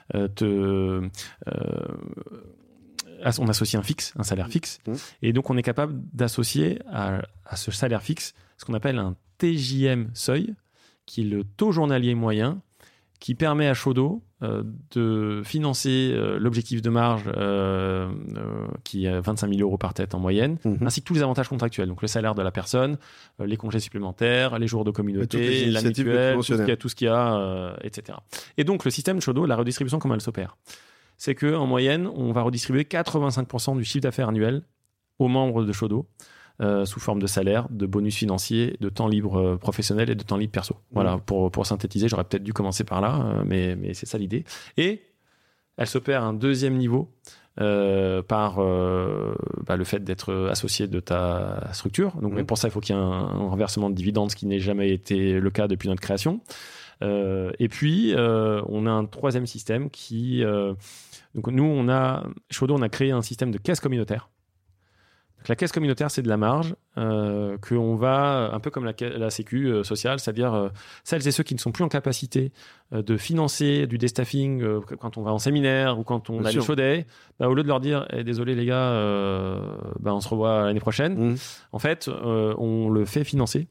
on associe un salaire fixe, et donc on est capable d'associer à ce salaire fixe ce qu'on appelle un TJM seuil, qui est le taux journalier moyen, qui permet à Shodo de financer l'objectif de marge qui est 25 000 € par tête en moyenne, ainsi que tous les avantages contractuels, donc le salaire de la personne, les congés supplémentaires, les jours de communauté, la mutuelle, tout ce qu'il y a, etc. Et donc le système de Shodo, la redistribution, comment elle s'opère? C'est qu'en moyenne, on va redistribuer 85% du chiffre d'affaires annuel aux membres de Shodo, sous forme de salaire, de bonus financiers, de temps libre professionnel et de temps libre perso. Voilà, pour synthétiser, j'aurais peut-être dû commencer par là, mais c'est ça l'idée. Et elle s'opère à un deuxième niveau par le fait d'être associé de ta structure. Donc, mais pour ça, il faut qu'il y ait un renversement de dividendes, ce qui n'est jamais été le cas depuis notre création. Et puis, on a un troisième système qui... donc nous, Shodo, on a créé un système de caisse communautaire La caisse communautaire, c'est de la marge qu'on va, un peu comme la sécu sociale, c'est-à-dire celles et ceux qui ne sont plus en capacité de financer du déstaffing quand on va en séminaire ou quand on a les chaudet, au lieu de leur dire désolé les gars, on se revoit l'année prochaine, en fait, on le fait financer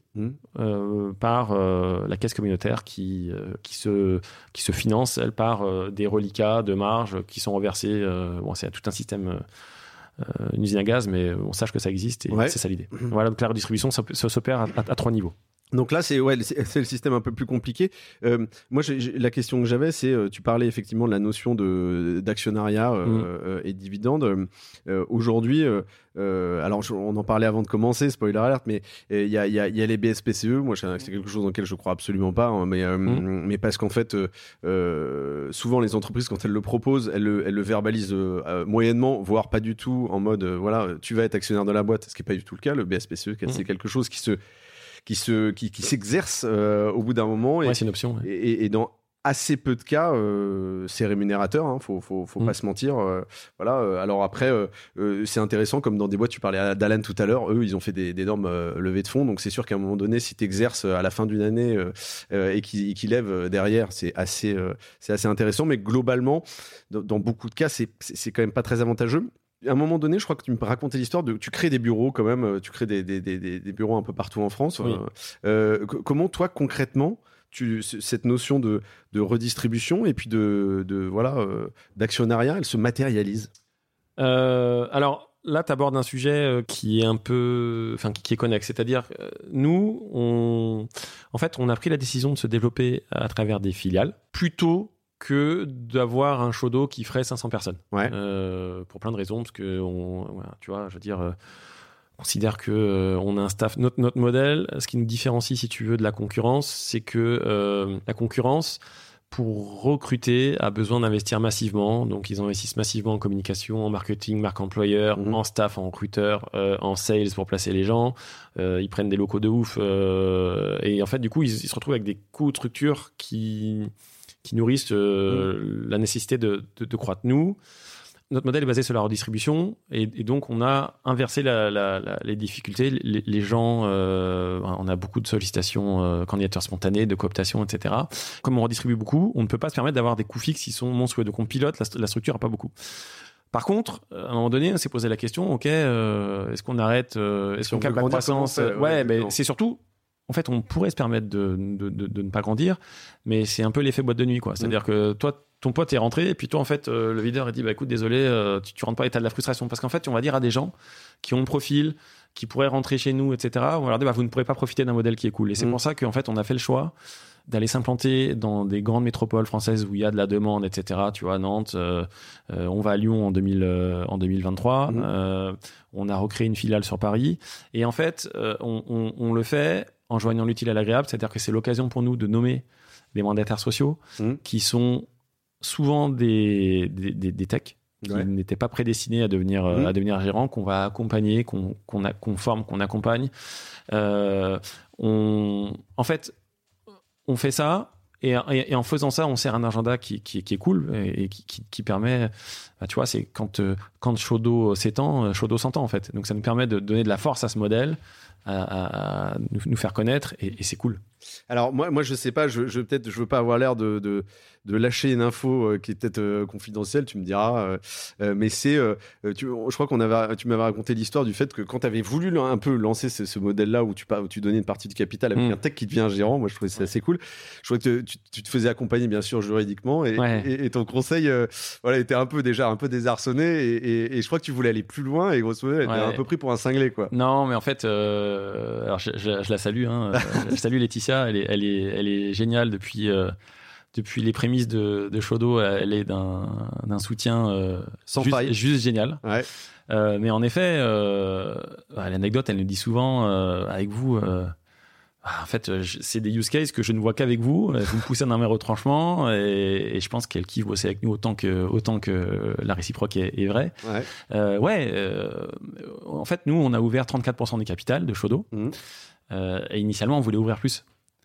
par la caisse communautaire qui se finance, elle, par des reliquats de marge qui sont reversés. C'est tout un système. Une usine à gaz, mais on sache que ça existe et c'est ça l'idée. Voilà, donc la redistribution, ça s'opère à 3 niveaux. Donc là, c'est le système un peu plus compliqué. Moi, la question que j'avais, c'est, tu parlais effectivement de la notion d'actionnariat et de dividende. Aujourd'hui, alors on en parlait avant de commencer, spoiler alert, mais il y a les BSPCE. Moi, c'est quelque chose dans lequel je crois absolument pas, hein, mais parce qu'en fait, souvent les entreprises, quand elles le proposent, elles le verbalisent moyennement, voire pas du tout, en mode voilà, tu vas être actionnaire de la boîte, ce qui est pas du tout le cas. Le BSPCE, c'est quelque chose qui s'exerce au bout d'un moment. C'est une option. Et dans assez peu de cas, c'est rémunérateur. Hein, faut pas se mentir. Voilà. Alors après, c'est intéressant, comme dans des boîtes, tu parlais d'Alan tout à l'heure. Eux, ils ont fait d'énormes levées de fonds. Donc c'est sûr qu'à un moment donné, si tu exerces à la fin d'une année et qu'ils lèvent derrière, c'est assez intéressant. Mais globalement, dans beaucoup de cas, c'est quand même pas très avantageux. À un moment donné, je crois que tu me racontais l'histoire tu crées des bureaux quand même, tu crées des bureaux un peu partout en France. Oui. Comment toi, concrètement, cette notion de redistribution et puis d'actionnariat, elle se matérialise? Alors là, tu abordes un sujet qui est un peu, qui est connexe. C'est-à-dire, nous, on a pris la décision de se développer à travers des filiales plutôt que d'avoir un show d'eau qui ferait 500 personnes. Pour plein de raisons, parce que tu vois, je veux dire, on considère que on a un staff. Notre modèle, ce qui nous différencie, si tu veux, de la concurrence, c'est que la concurrence, pour recruter, a besoin d'investir massivement. Donc, ils investissent massivement en communication, en marketing, marque employeur, en staff, en recruteur, en sales pour placer les gens. Ils prennent des locaux de ouf. Et en fait, du coup, ils se retrouvent avec des coûts de structure qui nourrissent la nécessité de croître. Nous, notre modèle est basé sur la redistribution et donc on a inversé les difficultés. Les gens, on a beaucoup de sollicitations, candidatures spontanées, de cooptation, etc. Comme on redistribue beaucoup, on ne peut pas se permettre d'avoir des coûts fixes qui sont monstrueux. Donc on pilote, la structure n'a pas beaucoup. Par contre, à un moment donné, on s'est posé la question, est-ce qu'on arrête, est-ce qu'on calme la croissance? Mais c'est surtout... En fait, on pourrait se permettre de ne pas grandir, mais c'est un peu l'effet boîte de nuit, quoi. C'est-à-dire que toi, ton pote est rentré, et puis toi, en fait, le videur, il dit, écoute, désolé, tu rentres pas, et t'as de la frustration. Parce qu'en fait, on va dire à des gens qui ont le profil, qui pourraient rentrer chez nous, etc., on va leur dire, vous ne pourrez pas profiter d'un modèle qui est cool. Et c'est pour ça qu'en fait, on a fait le choix d'aller s'implanter dans des grandes métropoles françaises où il y a de la demande, etc. Tu vois, Nantes, on va à Lyon en 2023, on a recréé une filiale sur Paris, et en fait, on le fait en joignant l'utile à l'agréable, c'est-à-dire que c'est l'occasion pour nous de nommer des mandataires sociaux qui sont souvent des techs qui n'étaient pas prédestinés à devenir gérants, qu'on va accompagner, qu'on forme, qu'on accompagne. En fait, on fait ça, et en faisant ça, on sert un agenda qui est cool et qui permet, tu vois, c'est quand Shodo s'étend, Shodo s'entend en fait. Donc ça nous permet de donner de la force à ce modèle, à nous faire connaître, et c'est cool. Alors moi je sais pas, je veux pas avoir l'air de lâcher une info qui est peut-être confidentielle, tu me diras, mais c'est je crois tu m'avais raconté l'histoire du fait que quand tu avais voulu un peu lancer ce modèle-là où tu donnais une partie du capital avec un tech qui devient gérant, moi je trouvais ça assez cool. Je trouvais que tu te faisais accompagner bien sûr juridiquement et ton conseil était un peu désarçonné et je crois que tu voulais aller plus loin et grosso modo elle était un peu pris pour un cinglé, quoi. Non, mais en fait alors je la salue, hein, je salue Laetitia. Elle est géniale depuis les prémices de Shodo. Elle est d'un soutien sans faille, juste génial. Ouais. Mais en effet, l'anecdote, elle nous dit souvent avec vous. En fait, c'est des use cases que je ne vois qu'avec vous. Vous me poussez dans mes retranchements et je pense qu'elle kiffe bosser avec nous autant que la réciproque est vraie. En fait, nous, on a ouvert 34% du capital de Shodo. Et initialement, on voulait ouvrir plus.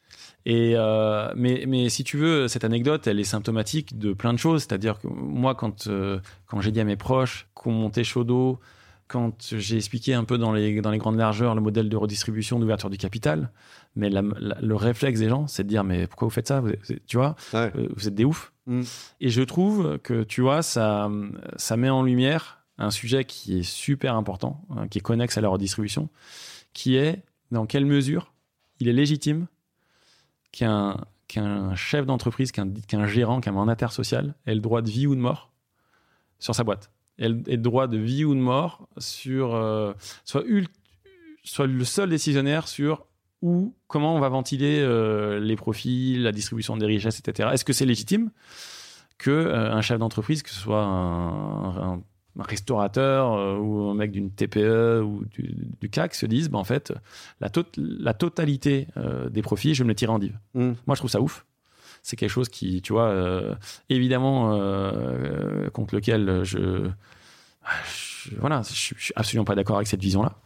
Mais si tu veux, cette anecdote, elle est symptomatique de plein de choses. C'est-à-dire que moi, quand j'ai dit à mes proches qu'on montait Shodo, quand j'ai expliqué un peu dans les grandes largeurs le modèle de redistribution d'ouverture du capital, mais le réflexe des gens, c'est de dire mais pourquoi vous faites ça, tu vois, vous êtes des oufs. Et je trouve que tu vois ça met en lumière un sujet qui est super important, hein, qui est connexe à la redistribution, qui est dans quelle mesure il est légitime qu'un chef d'entreprise, qu'un gérant, qu'un mandataire social ait le droit de vie ou de mort sur sa boîte. Et le droit de vie ou de mort sur soit le seul décisionnaire sur comment on va ventiler les profits, la distribution des richesses, etc. Est-ce que c'est légitime qu'un chef d'entreprise, que ce soit un restaurateur ou un mec d'une TPE ou du CAC, se dise en fait, la totalité des profits, je vais me les tirer en div. Moi, je trouve ça ouf. C'est quelque chose qui, tu vois, évidemment, contre lequel je suis absolument pas d'accord avec cette vision-là.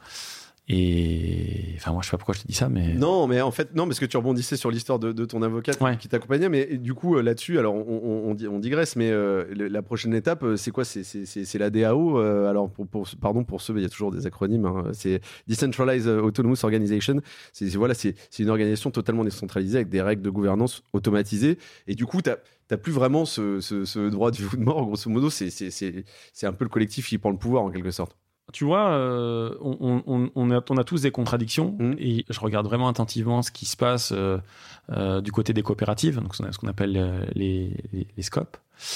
Et enfin, moi, je sais pas pourquoi je te dis ça, mais non, mais en fait, non, parce que tu rebondissais sur l'histoire de ton avocat qui t'accompagnait, mais du coup, là-dessus, alors on digresse, mais la prochaine étape, c'est quoi ? C'est la DAO. Alors, pardon pour ceux, il y a toujours des acronymes. Hein, c'est Decentralized Autonomous Organization. C'est une organisation totalement décentralisée avec des règles de gouvernance automatisées. Et du coup, t'as plus vraiment ce droit de vie ou de mort. Grosso modo, c'est un peu le collectif qui prend le pouvoir en quelque sorte. Tu vois, on a tous des contradictions et je regarde vraiment attentivement ce qui se passe du côté des coopératives, donc ce qu'on appelle les SCOP.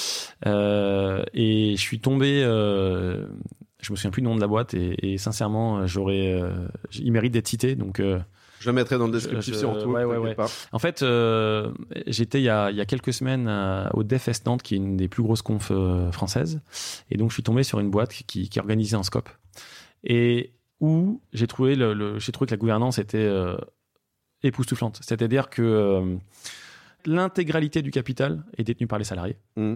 Et je suis tombé, je me souviens plus du nom de la boîte et sincèrement, il mérite d'être cité, donc. Je le mettrai dans le descriptif si on retrouve. Ouais. En fait, j'étais il y a quelques semaines au DevFest Nantes, qui est une des plus grosses confs françaises. Et donc, je suis tombé sur une boîte qui organisait un scope. Et où j'ai trouvé que la gouvernance était époustouflante. C'est-à-dire que l'intégralité du capital est détenue par les salariés.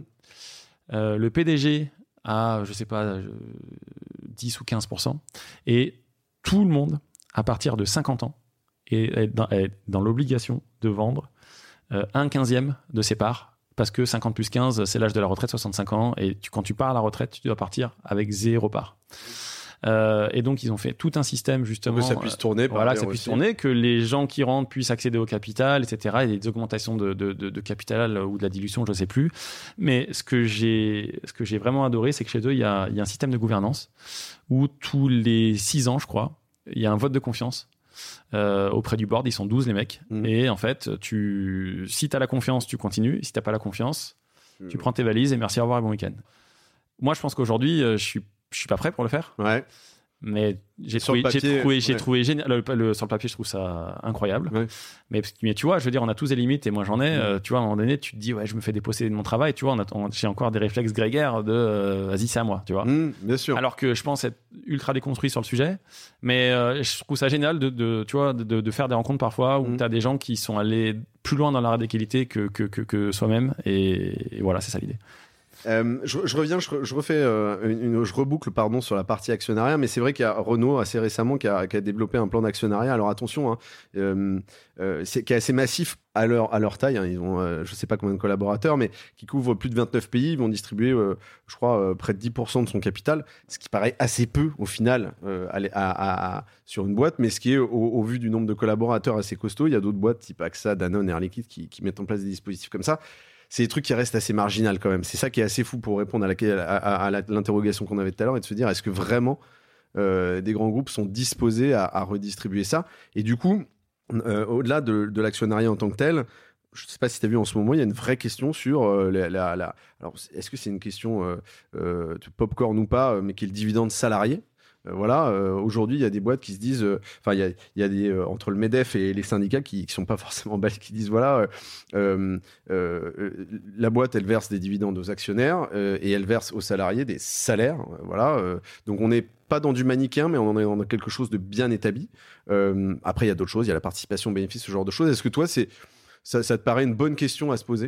Le PDG a, je sais pas, 10 ou 15%. Et tout le monde, à partir de 50 ans, est dans l'obligation de vendre 1/15 de ses parts, parce que 50 plus 15, c'est l'âge de la retraite, 65 ans, et quand tu pars à la retraite, tu dois partir avec 0 part. Et donc, ils ont fait tout un système, justement. Pour que ça puisse tourner. Que les gens qui rentrent puissent accéder au capital, etc. Il y a des augmentations de capital ou de la dilution, je ne sais plus. Mais ce que j'ai vraiment adoré, c'est que chez eux, il y a un système de gouvernance où tous les 6 ans, je crois, il y a un vote de confiance. Auprès du board, ils sont 12 les mecs. Et en fait, si tu as la confiance, tu continues. Si tu n'as pas la confiance, tu prends tes valises et merci, au revoir et bon week-end. Moi, je pense qu'aujourd'hui, je suis pas prêt pour le faire. Ouais. Mais j'ai trouvé génial. Sur le papier, je trouve ça incroyable. Ouais. Mais tu vois, je veux dire, on a tous des limites et moi j'en ai. Tu vois, à un moment donné, tu te dis, ouais, je me fais déposséder de mon travail. Tu vois, j'ai encore des réflexes grégaires de vas-y, c'est à moi. Tu vois. Bien sûr. Alors que je pense être ultra déconstruit sur le sujet. Mais je trouve ça génial de faire des rencontres parfois où tu as des gens qui sont allés plus loin dans la radicalité que soi-même. Et voilà, c'est ça l'idée. Je reviens, je reboucle sur la partie actionnariat, mais c'est vrai qu'il y a Renault assez récemment qui a développé un plan d'actionnariat. Alors attention, qui est assez massif à leur taille. Hein. Ils ont, je sais pas combien de collaborateurs, mais qui couvre plus de 29 pays. Ils vont distribuer, je crois, près de 10% de son capital, ce qui paraît assez peu au final sur une boîte, mais ce qui est au vu du nombre de collaborateurs assez costaud. Il y a d'autres boîtes type AXA, Danone, Air Liquide qui mettent en place des dispositifs comme ça. C'est des trucs qui restent assez marginal quand même. C'est ça qui est assez fou pour répondre à l'interrogation qu'on avait tout à l'heure et de se dire est-ce que vraiment des grands groupes sont disposés à redistribuer ça. Et du coup, au-delà de l'actionnariat en tant que tel, je ne sais pas si tu as vu en ce moment, il y a une vraie question sur alors, est-ce que c'est une question de popcorn ou pas, mais qui est le dividende salarié. Aujourd'hui, il y a des boîtes qui se disent, il y a des entre le MEDEF et les syndicats qui sont pas forcément belles, qui disent la boîte elle verse des dividendes aux actionnaires et elle verse aux salariés des salaires, donc on n'est pas dans du manichéen, mais on en est dans quelque chose de bien établi. Après, il y a d'autres choses, il y a la participation bénéfice, ce genre de choses. Est-ce que toi, ça te paraît une bonne question à se poser ?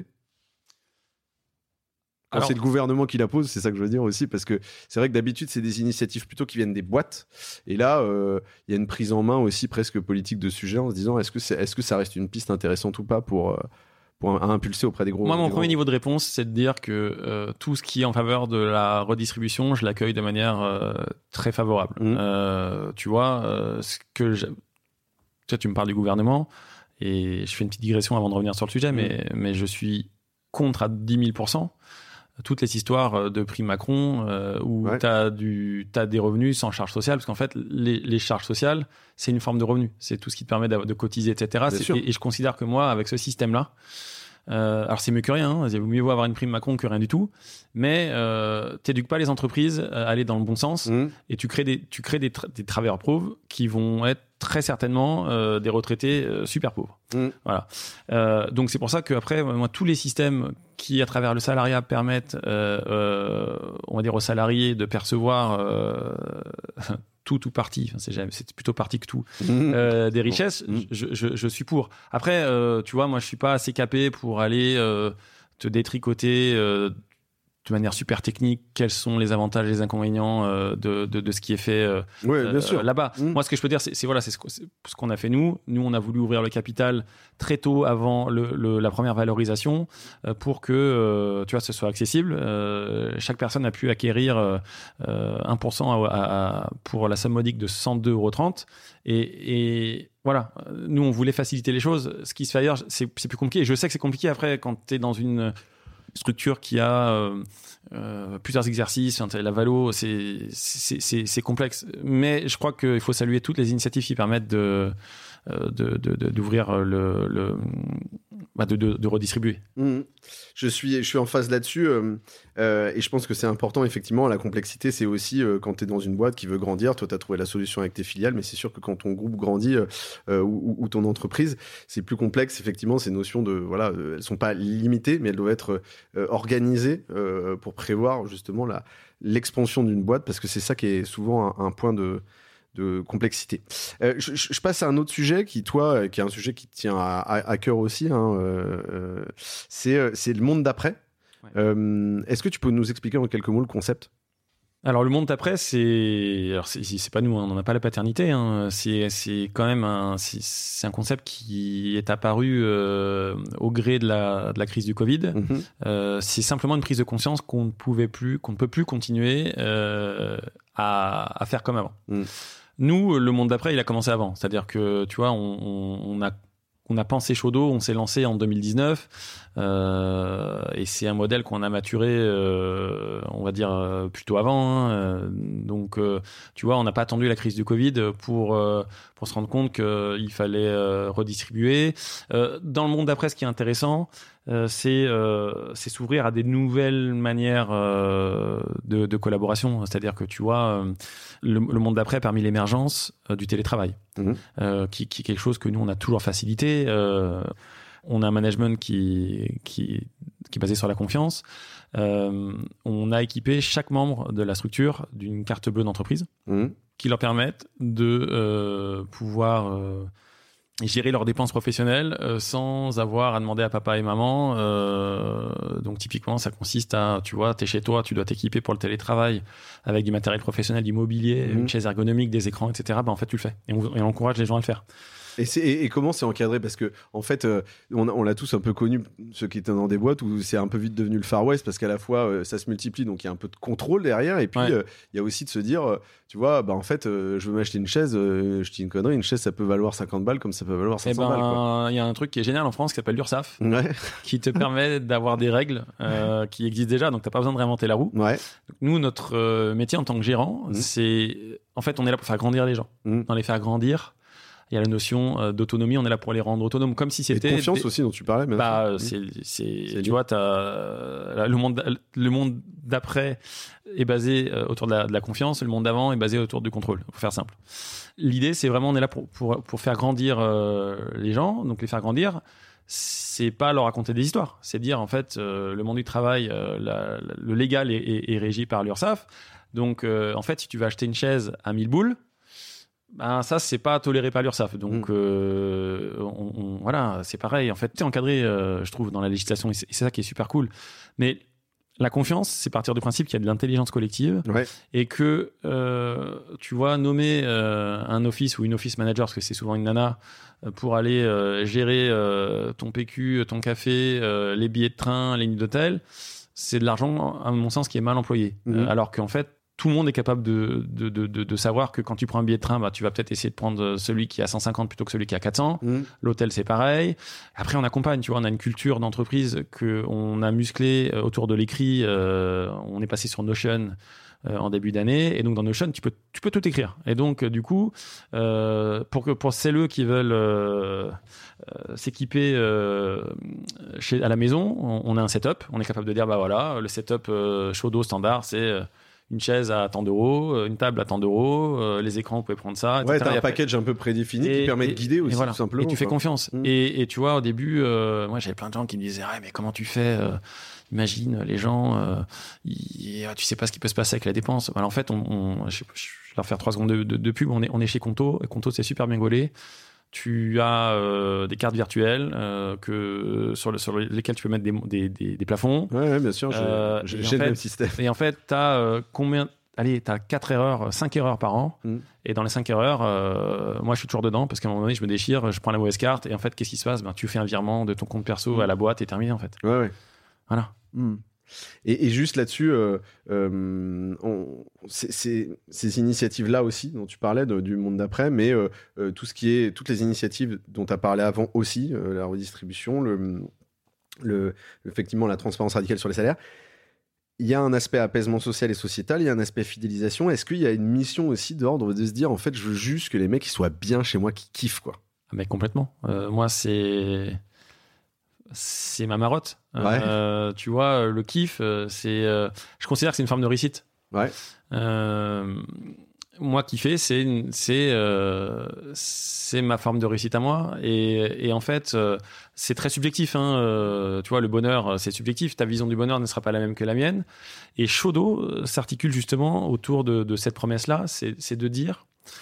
Quand c'est le gouvernement qui la pose, c'est ça que je veux dire aussi, parce que c'est vrai que d'habitude, c'est des initiatives plutôt qui viennent des boîtes. Et là, il y a une prise en main aussi presque politique de sujet en se disant est-ce que ça reste une piste intéressante ou pas pour à impulser auprès des gros. Moi, mon premier niveau de réponse, c'est de dire que tout ce qui est en faveur de la redistribution, je l'accueille de manière très favorable. Tu vois, tu me parles du gouvernement, et je fais une petite digression avant de revenir sur le sujet, mais je suis contre à 10 000% toutes les histoires de prime Macron où t'as des revenus sans charge sociale, parce qu'en fait, les charges sociales, c'est une forme de revenu. C'est tout ce qui te permet de cotiser, etc. Et je considère que moi, avec ce système-là, alors c'est mieux que rien, il vaut mieux avoir une prime Macron que rien du tout, mais t'éduques pas les entreprises à aller dans le bon sens, et tu crées des travailleurs pauvres qui vont être très certainement des retraités super pauvres. Voilà. Donc c'est pour ça qu'après, moi, tous les systèmes qui, à travers le salariat, permettent, on va dire, aux salariés de percevoir tout ou partie, enfin, c'est plutôt partie que tout, des richesses, je suis pour. Après, tu vois, moi, je suis pas assez capé pour aller te détricoter de manière super technique quels sont les avantages et les inconvénients de ce qui est fait bien sûr. là-bas. Moi, ce que je peux dire, c'est ce qu'on a fait nous. Nous, on a voulu ouvrir le capital très tôt avant la première valorisation pour que tu vois, ce soit accessible. Chaque personne a pu acquérir 1% pour la somme modique de 102,30 €. Et voilà, nous, on voulait faciliter les choses. Ce qui se fait ailleurs, c'est plus compliqué. Et je sais que c'est compliqué après quand tu es dans une structure qui a plusieurs exercices, la valo, c'est complexe. Mais je crois qu'il faut saluer toutes les initiatives qui permettent d'ouvrir de redistribuer. Je suis en phase là-dessus et je pense que c'est important, effectivement. La complexité, c'est aussi quand tu es dans une boîte qui veut grandir, toi tu as trouvé la solution avec tes filiales, mais c'est sûr que quand ton groupe grandit ou ton entreprise, c'est plus complexe. Effectivement, ces notions elles sont pas limitées, mais elles doivent être organisées pour prévoir justement l'expansion d'une boîte, parce que c'est ça qui est souvent un point de complexité. Je passe à un autre sujet qui est un sujet qui te tient à cœur aussi, c'est le monde d'après. Ouais. Est-ce que tu peux nous expliquer en quelques mots le concept ? Alors le monde d'après, c'est pas nous, on n'en a pas la paternité, c'est quand même c'est un concept qui est apparu au gré de la crise du Covid. C'est simplement une prise de conscience qu'on ne peut plus continuer à faire comme avant. Nous, le monde d'après, il a commencé avant. C'est-à-dire que, tu vois, on a pensé Chaudot, on s'est lancé en 2019, et c'est un modèle qu'on a maturé, on va dire, plutôt avant. Donc, tu vois, on n'a pas attendu la crise du Covid pour se rendre compte qu'il fallait redistribuer. Dans le monde d'après, ce qui est intéressant, c'est s'ouvrir à des nouvelles manières de collaboration. C'est-à-dire que, tu vois, le monde d'après a permis l'émergence du télétravail, qui est quelque chose que nous, on a toujours facilité. On a un management qui est basé sur la confiance. On a équipé chaque membre de la structure d'une carte bleue d'entreprise qui leur permettent de pouvoir gérer leurs dépenses professionnelles sans avoir à demander à papa et maman. Donc typiquement, ça consiste à, tu vois, t'es chez toi, tu dois t'équiper pour le télétravail avec du matériel professionnel, du mobilier, une chaise ergonomique, des écrans, etc. En fait, tu le fais. Et on encourage les gens à le faire. Et comment c'est encadré ? Parce que en fait, on l'a tous un peu connu, ceux qui étaient dans des boîtes où c'est un peu vite devenu le Far West, parce qu'à la fois ça se multiplie, donc il y a un peu de contrôle derrière, et puis il y a aussi de se dire, tu vois, en fait, je veux m'acheter une chaise, je dis une connerie, une chaise ça peut valoir 50 balles comme ça peut valoir 500 balles. Il y a un truc qui est génial en France qui s'appelle l'URSSAF, qui te permet d'avoir des règles qui existent déjà, donc t'as pas besoin de réinventer la roue. Donc, nous, notre métier en tant que gérant, c'est, en fait, on est là pour faire grandir les gens, dans les faire grandir. Il y a la notion d'autonomie, on est là pour les rendre autonomes, comme si c'était... Et de confiance aussi dont tu parlais. Tu vois, le monde d'après est basé autour de la confiance, le monde d'avant est basé autour du contrôle, pour faire simple. L'idée, c'est vraiment, on est là pour faire grandir les gens, donc les faire grandir, c'est pas leur raconter des histoires, c'est dire, en fait, le monde du travail, le légal est régi par l'URSSAF, donc en fait, si tu veux acheter une chaise à 1000 boules, ça c'est pas toléré par l'URSSAF, donc voilà, c'est pareil, en fait t'es encadré, je trouve, dans la législation, et c'est ça qui est super cool. Mais La confiance, c'est partir du principe qu'il y a de l'intelligence collective et que, tu vois, nommer un office ou une office manager, parce que c'est souvent une nana, pour aller gérer ton PQ, ton café, les billets de train, les nuits d'hôtel, c'est de l'argent, à mon sens, qui est mal employé. Alors qu'en fait, tout le monde est capable de savoir que quand tu prends un billet de train, tu vas peut-être essayer de prendre celui qui a 150 plutôt que celui qui a 400. L'hôtel, c'est pareil. Après, on accompagne, tu vois, on a une culture d'entreprise qu'on a musclée autour de l'écrit. On est passé sur Notion en début d'année. Et donc, dans Notion, tu peux tout écrire. Et donc, du coup, pour celles qui veulent s'équiper à la maison, on a un setup. On est capable de dire, voilà, le setup Shodo standard, c'est... une chaise à tant d'euros, une table à tant d'euros, les écrans, vous pouvez prendre ça. Ouais, t'as un package un peu prédéfini qui permet de guider aussi, tout simplement. Et tu fais confiance. Et tu vois, au début, moi, j'avais plein de gens qui me disaient, mais comment tu fais imagine, les gens, tu sais pas ce qui peut se passer avec la dépense. Alors, en fait, je vais leur faire 3 secondes de pub. On est chez Conto. Et Conto, c'est super bien gaulé. Tu as des cartes virtuelles sur lesquelles tu peux mettre des plafonds. Ouais, bien sûr, j'ai le même système. Et en fait, tu as combien... Allez, tu as 5 erreurs par an. Et dans les 5 erreurs, moi, je suis toujours dedans parce qu'à un moment donné, je me déchire, je prends la mauvaise carte. Et en fait, qu'est-ce qui se passe ? Tu fais un virement de ton compte perso à la boîte et terminé, en fait. Ouais. Voilà. Et juste là-dessus, ces initiatives-là aussi dont tu parlais du monde d'après, mais toutes les initiatives dont tu as parlé avant aussi, la redistribution, effectivement la transparence radicale sur les salaires, il y a un aspect apaisement social et sociétal, il y a un aspect fidélisation. Est-ce qu'il y a une mission aussi d'ordre de se dire, en fait, je veux juste que les mecs ils soient bien chez moi, qu'ils kiffent, quoi. Mais complètement. Moi, c'est ma marotte. Tu vois, le kiff, je considère que c'est une forme de réussite. Ouais. Moi, kiffer, c'est ma forme de réussite à moi. Et en fait, c'est très subjectif. Tu vois, le bonheur, c'est subjectif. Ta vision du bonheur ne sera pas la même que la mienne. Et Shodo s'articule justement autour de cette promesse-là. C'est de dire,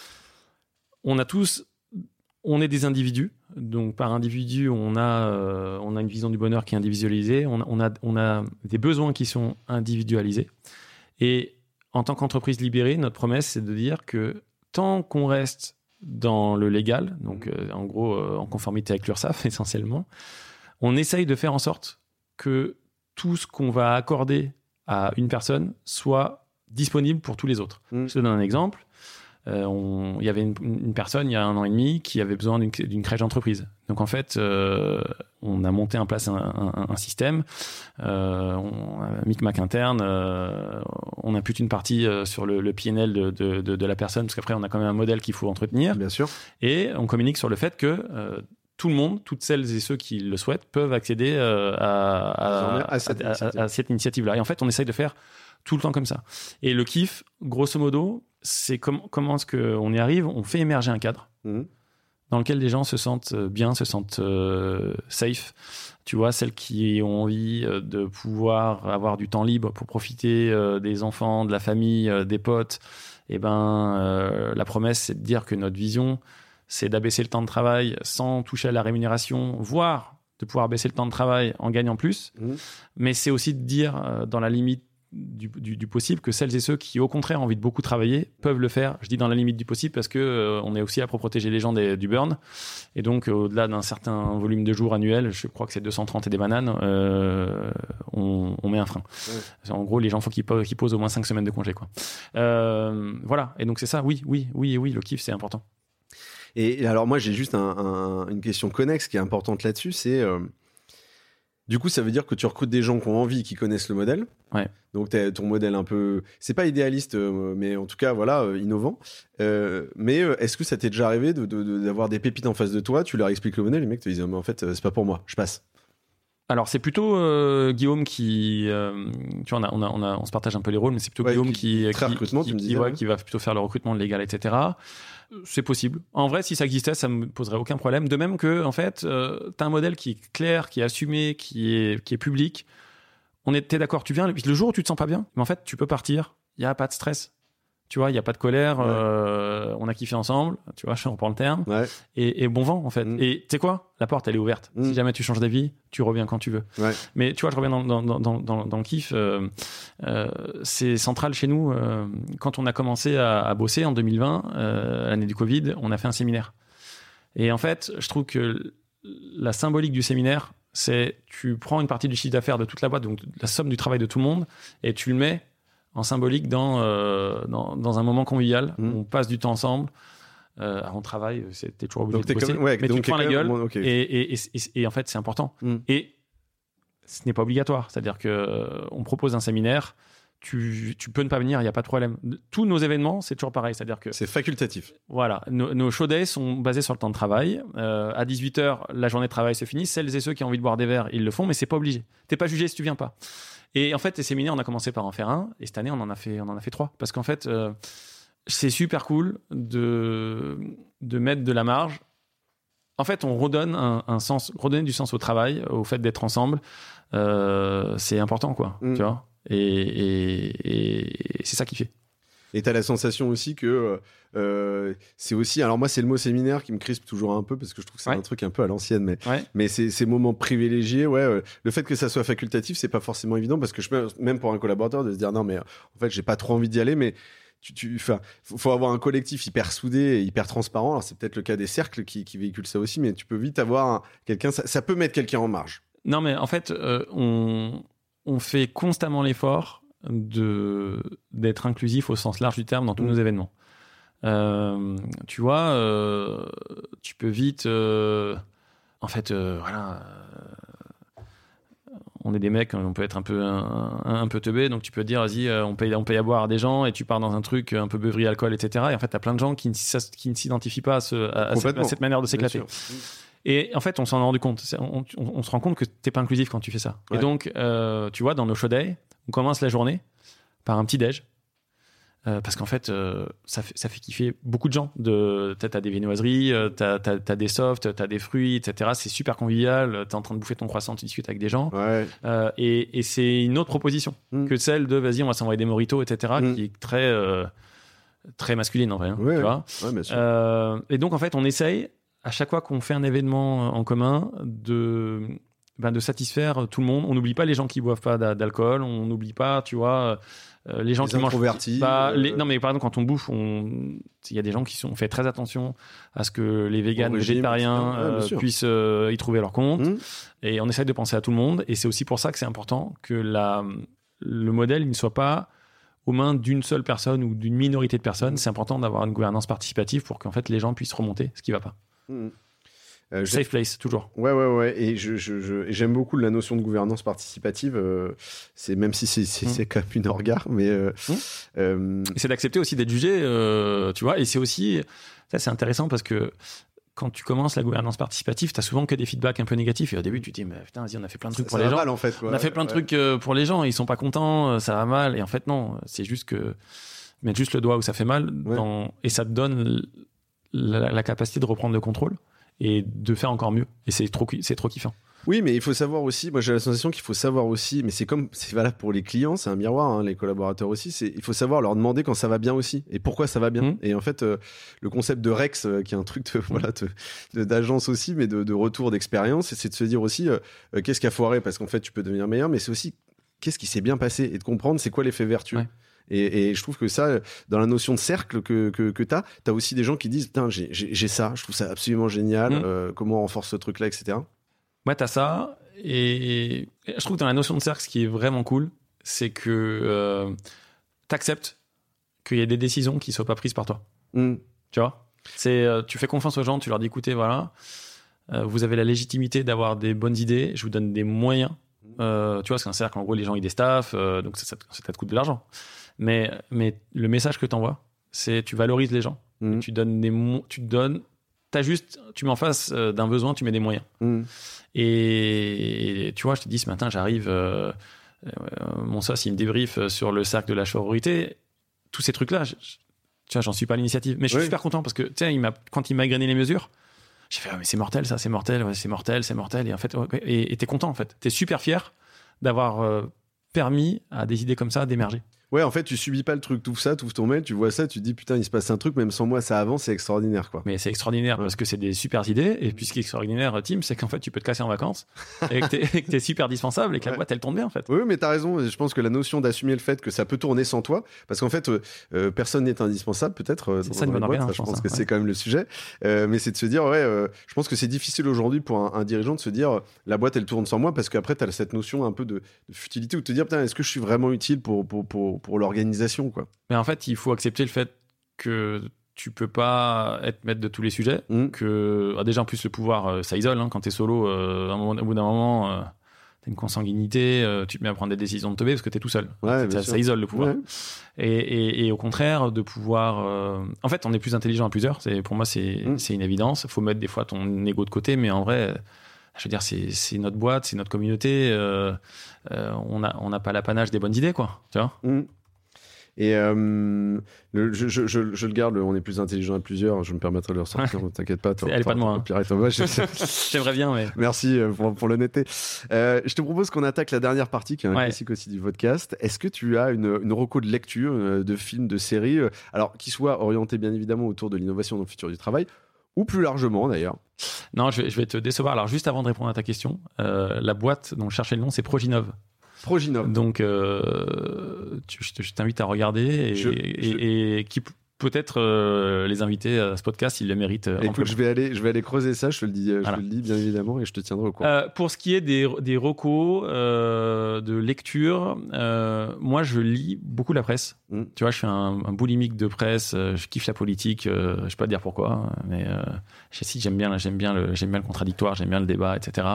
on est des individus. Donc, par individu, on a une vision du bonheur qui est individualisée. On a des besoins qui sont individualisés. Et en tant qu'entreprise libérée, notre promesse, c'est de dire que tant qu'on reste dans le légal, donc en gros en conformité avec l'URSSAF essentiellement, on essaye de faire en sorte que tout ce qu'on va accorder à une personne soit disponible pour tous les autres. Je te donne un exemple. Il y avait une personne il y a 1 an et demi qui avait besoin d'une crèche d'entreprise. Donc en fait, on a monté en place un système, micmac interne, on impute une partie sur le PNL de la personne, parce qu'après on a quand même un modèle qu'il faut entretenir. Bien sûr. Et on communique sur le fait que tout le monde, toutes celles et ceux qui le souhaitent, peuvent accéder à cette initiative-là. Et en fait, on essaye de faire tout le temps comme ça. Et le kiff, grosso modo, c'est comment est-ce qu'on y arrive ? On fait émerger un cadre dans lequel les gens se sentent bien, se sentent safe. Tu vois, celles qui ont envie de pouvoir avoir du temps libre pour profiter des enfants, de la famille, des potes. La promesse, c'est de dire que notre vision, c'est d'abaisser le temps de travail sans toucher à la rémunération, voire de pouvoir baisser le temps de travail en gagnant plus. Mais c'est aussi de dire, dans la limite du possible, que celles et ceux qui au contraire ont envie de beaucoup travailler peuvent le faire. Je dis dans la limite du possible parce que on est aussi là pour protéger les gens du burn, et donc au-delà d'un certain volume de jours annuel, je crois que c'est 230 et des bananes, on met un frein. En gros, les gens faut qu'ils posent au moins 5 semaines de congé, quoi. Voilà, et donc c'est ça. Oui, le kiff, c'est important. Et alors moi j'ai juste une question connexe qui est importante là-dessus, c'est du coup ça veut dire que tu recrutes des gens qui ont envie, qui connaissent le modèle. Ouais. Donc t'as ton modèle un peu, c'est pas idéaliste, mais en tout cas voilà, innovant. Mais est-ce que ça t'est déjà arrivé d'avoir des pépites en face de toi, tu leur expliques le modèle, les mecs te disent mais en fait c'est pas pour moi, je passe. Alors c'est plutôt Guillaume qui, tu vois, on se partage un peu les rôles, mais c'est plutôt Guillaume qui va plutôt faire le recrutement légal, etc. C'est possible. En vrai, si ça existait, ça me poserait aucun problème. De même que, en fait, t'as un modèle qui est clair, qui est assumé, qui est public. T'es d'accord, tu viens, le jour où tu te sens pas bien, mais en fait, tu peux partir. Il y a pas de stress. Tu vois, il n'y a pas de colère, Ouais. on a kiffé ensemble, tu vois, je reprends le terme, Ouais. et bon vent, en fait. Et tu sais quoi? La porte, elle est ouverte. Si jamais tu changes d'avis, tu reviens quand tu veux. Ouais. Mais tu vois, je reviens dans le kiff. C'est central chez nous. Quand on a commencé à bosser en 2020, l'année du Covid, on a fait un séminaire. Et en fait, je trouve que la symbolique du séminaire, c'est tu prends une partie du chiffre d'affaires de toute la boîte, donc la somme du travail de tout le monde, et tu le mets en symbolique dans un moment convivial. On passe du temps ensemble. On travaille, t'es toujours obligé de bosser, mais tu te prends la gueule. Okay. Et en fait, c'est important. Et ce n'est pas obligatoire. C'est-à-dire qu'on propose un séminaire, tu peux ne pas venir, il n'y a pas de problème. Tous nos événements, c'est toujours pareil. C'est-à-dire que c'est facultatif. Voilà, nos show days sont basés sur le temps de travail. À 18h, la journée de travail se finit. Celles et ceux qui ont envie de boire des verres, ils le font, mais c'est pas obligé. T'es pas jugé si tu viens pas. Et en fait, les séminaires, on a commencé par en faire un, et cette année, on en a fait 3. Parce qu'en fait, c'est super cool de mettre de la marge. En fait, on redonne redonner du sens au travail, au fait d'être ensemble. C'est important, quoi. Tu vois, et c'est ça qui fait. Et tu as la sensation aussi que c'est aussi... Alors moi, c'est le mot séminaire qui me crispe toujours un peu parce que je trouve que c'est un truc un peu à l'ancienne. Mais c'est ces moments privilégiés. Le fait que ça soit facultatif, c'est pas forcément évident parce que même pour un collaborateur de se dire non, mais en fait, j'ai pas trop envie d'y aller. Mais faut avoir un collectif hyper soudé et hyper transparent. Alors c'est peut-être le cas des cercles qui véhiculent ça aussi, mais tu peux vite avoir quelqu'un... Ça peut mettre quelqu'un en marge. Non, mais en fait, on fait constamment l'effort d'être inclusif au sens large du terme dans tous nos événements. Tu vois, tu peux vite... en fait, voilà... on est des mecs, on peut être un peu teubé, donc tu peux dire, vas-y, on paye à boire à des gens, et tu pars dans un truc un peu beuverie, alcool, etc. Et en fait, t'as plein de gens qui ne s'identifient pas à cette manière de s'éclater. Et en fait, on s'en est rendu compte. On se rend compte que t'es pas inclusif quand tu fais ça. Ouais. Et donc, tu vois, dans nos show days, on commence la journée par un petit déj. Parce qu'en fait, ça fait kiffer beaucoup de gens. T'as des viennoiseries, t'as des softs, t'as des fruits, etc. C'est super convivial. T'es en train de bouffer ton croissant, tu discutes avec des gens. Ouais. Et c'est une autre proposition que celle de vas-y, on va s'envoyer des mojitos, etc. Qui est très masculine en vrai. Hein, ouais, tu vois ouais, bien sûr. Et donc, en fait, on essaye, à chaque fois qu'on fait un événement en commun, de satisfaire tout le monde. On n'oublie pas les gens qui boivent pas d'alcool. On n'oublie pas, tu vois... les gens qui mangent non mais par exemple quand on bouffe il y a des gens on fait très attention à ce que les véganes, végétariens puissent y trouver leur compte et on essaye de penser à tout le monde et c'est aussi pour ça que c'est important que le modèle il ne soit pas aux mains d'une seule personne ou d'une minorité de personnes. C'est important d'avoir une gouvernance participative pour qu'en fait les gens puissent remonter ce qui va pas. Safe place, toujours. Ouais. Et j'aime beaucoup la notion de gouvernance participative. C'est même si c'est comme une orga, mais c'est d'accepter aussi d'être jugé, tu vois. Et c'est aussi ça, c'est intéressant parce que quand tu commences la gouvernance participative, t'as souvent que des feedbacks un peu négatifs. Et au début, tu te dis, mais putain, vas-y, on a fait plein de trucs pour les gens. Mal, en fait, quoi. On a fait plein de trucs pour les gens, ils sont pas contents, ça va mal. Et en fait, non, c'est juste que mettre juste le doigt où ça fait mal, et ça te donne la capacité de reprendre le contrôle. Et de faire encore mieux. Et c'est trop kiffant. Oui, mais il faut savoir aussi, moi j'ai la sensation qu'il faut savoir aussi, mais c'est valable pour les clients, c'est un miroir, hein, les collaborateurs aussi, il faut savoir leur demander quand ça va bien aussi, et pourquoi ça va bien. Et en fait, le concept de Rex, qui est un truc d'agence aussi, mais de retour d'expérience, c'est de se dire aussi, qu'est-ce qui a foiré, parce qu'en fait tu peux devenir meilleur, mais c'est aussi, qu'est-ce qui s'est bien passé, et de comprendre c'est quoi l'effet vertueux. Ouais. Et je trouve que ça, dans la notion de cercle que t'as aussi des gens qui disent putain, j'ai ça, je trouve ça absolument génial, comment on renforce ce truc-là, etc. Ouais, t'as ça, et je trouve que dans la notion de cercle, ce qui est vraiment cool, c'est que t'acceptes qu'il y ait des décisions qui soient pas prises par toi. Tu vois, tu fais confiance aux gens, tu leur dis écoutez, voilà, vous avez la légitimité d'avoir des bonnes idées, je vous donne des moyens. Tu vois, c'est un cercle, en gros, les gens ils déstaffent, donc ça te coûte de l'argent. Mais le message que t'envoies, c'est tu valorises les gens. Tu donnes tu mets en face d'un besoin, tu mets des moyens. Et tu vois, je te dis ce matin, j'arrive, mon sauce, il me débriefe sur le cercle de la sororité. Tous ces trucs-là, tu vois, j'en suis pas à l'initiative. Mais je suis super content parce que, tu sais, quand il m'a égrené les mesures, j'ai fait, mais c'est mortel, ça, c'est mortel, ouais, c'est mortel. Et en fait, et t'es content, en fait. T'es super fier d'avoir permis à des idées comme ça d'émerger. Ouais, en fait, tu subis pas le truc, tu ouvres ton mail, tu vois ça, tu te dis putain, il se passe un truc, même sans moi, ça avance, c'est extraordinaire, quoi. Mais c'est extraordinaire parce que c'est des super idées. Et puis ce qui est extraordinaire, Tim, c'est qu'en fait, tu peux te casser en vacances et que t'es super dispensable et que la boîte, elle tourne bien, en fait. Oui, mais t'as raison. Je pense que la notion d'assumer le fait que ça peut tourner sans toi, parce qu'en fait, personne n'est indispensable, peut-être. C'est ça une bonne organe, je pense que c'est quand même le sujet. Mais c'est de se dire, je pense que c'est difficile aujourd'hui pour un dirigeant de se dire, la boîte, elle tourne sans moi, parce qu'après, t'as cette notion un peu de futilité ou de te dire, putain, est-ce que je suis vraiment utile pour l'organisation, quoi. Mais en fait, il faut accepter le fait que tu peux pas être maître de tous les sujets. Que déjà, en plus, le pouvoir, ça isole. Quand t'es solo, au bout d'un moment, t'as une consanguinité, tu te mets à prendre des décisions de teubé parce que t'es tout seul. Ouais, ça isole le pouvoir. Ouais. Et au contraire, de pouvoir... En fait, on est plus intelligent à plusieurs. Pour moi, c'est une évidence. Il faut mettre des fois ton ego de côté, mais en vrai... Je veux dire, c'est notre boîte, c'est notre communauté. On n'a pas l'apanage des bonnes idées, quoi. Tu vois. Et je le garde, on est plus intelligent à plusieurs. Je me permettrai de le ressortir, ne t'inquiète pas. Elle est pas de moi. J'aimerais bien, mais... Merci pour l'honnêteté. Je te propose qu'on attaque la dernière partie, qui est un classique aussi du podcast. Est-ce que tu as une reco de lecture, de films, de séries, alors qui soit orienté bien évidemment autour de l'innovation dans le futur du travail, ou plus largement d'ailleurs? Non, je vais te décevoir. Alors, juste avant de répondre à ta question, la boîte dont je cherchais le nom, c'est Proginov. Donc, je t'invite à regarder et qui peut-être les invités à ce podcast, ils le méritent. Écoute, je vais aller creuser ça, je te le dis bien évidemment, et je te tiendrai au courant. Pour ce qui est des recos de lecture, moi je lis beaucoup la presse. Tu vois, je suis un boulimique de presse, je kiffe la politique, je ne sais pas te dire pourquoi, mais j'aime bien le contradictoire, j'aime bien le débat, etc.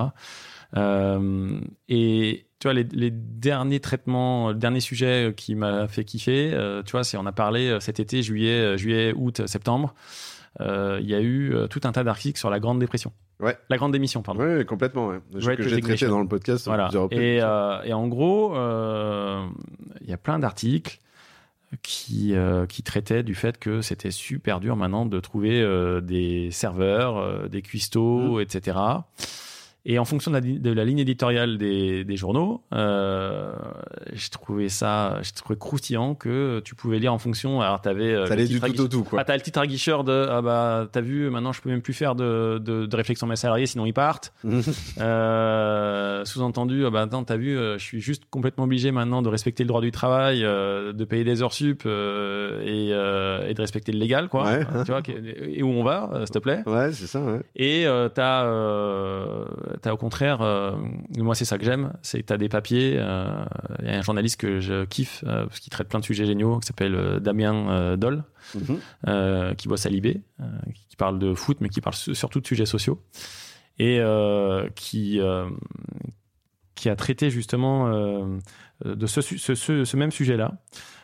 Et tu vois, les derniers traitements, le dernier sujet qui m'a fait kiffer, tu vois, on a parlé cet été, juillet, août, septembre. Il y a eu tout un tas d'articles sur la Grande Dépression. Ouais. La Grande Démission, pardon. Oui, complètement. Ouais. Que j'ai traité dans le podcast. Voilà. Et en gros, il y a plein d'articles qui traitaient du fait que c'était super dur maintenant de trouver des serveurs, des cuistots, etc. Et en fonction de la ligne éditoriale des journaux, j'ai trouvé croustillant que tu pouvais lire en fonction. Alors, t'avais ça allait du tout au tout, quoi. T'as le titre aguicheur de t'as vu, maintenant je peux même plus faire de réflexion mes salariés, sinon ils partent. Sous-entendu, attends, t'as vu, je suis juste complètement obligé maintenant de respecter le droit du travail, de payer des heures sup et de respecter le légal, quoi. Ouais. Tu vois, et où on va, s'il te plaît. Ouais, c'est ça. Ouais. Et t'as au contraire, moi c'est ça que j'aime, c'est que t'as des papiers. Il y a un journaliste que je kiffe parce qu'il traite plein de sujets géniaux, qui s'appelle Damien Doll, qui bosse à Libé, qui parle de foot, mais qui parle surtout de sujets sociaux, et qui a traité justement de ce même sujet-là.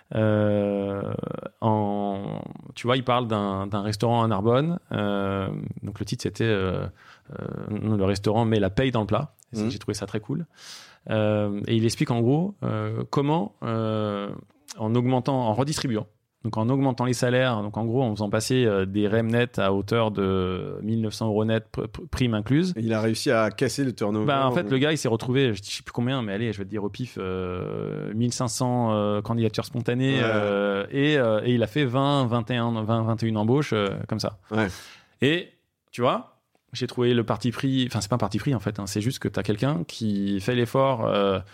Tu vois, il parle d'un restaurant à Narbonne. Donc le titre c'était le restaurant met la paye dans le plat. J'ai trouvé ça très cool. Et il explique en gros comment en redistribuant. Donc en augmentant les salaires, donc en gros en faisant passer des REM net à hauteur de 1 900 € net, prime incluse. Et il a réussi à casser le turnover. En fait, le gars, il s'est retrouvé, je sais plus combien, mais allez, je vais te dire au pif, 1500 candidatures spontanées, et il a fait 21 embauches comme ça. Ouais. Et tu vois, j'ai trouvé le parti pris, enfin c'est pas un parti pris en fait, c'est juste que tu as quelqu'un qui fait l'effort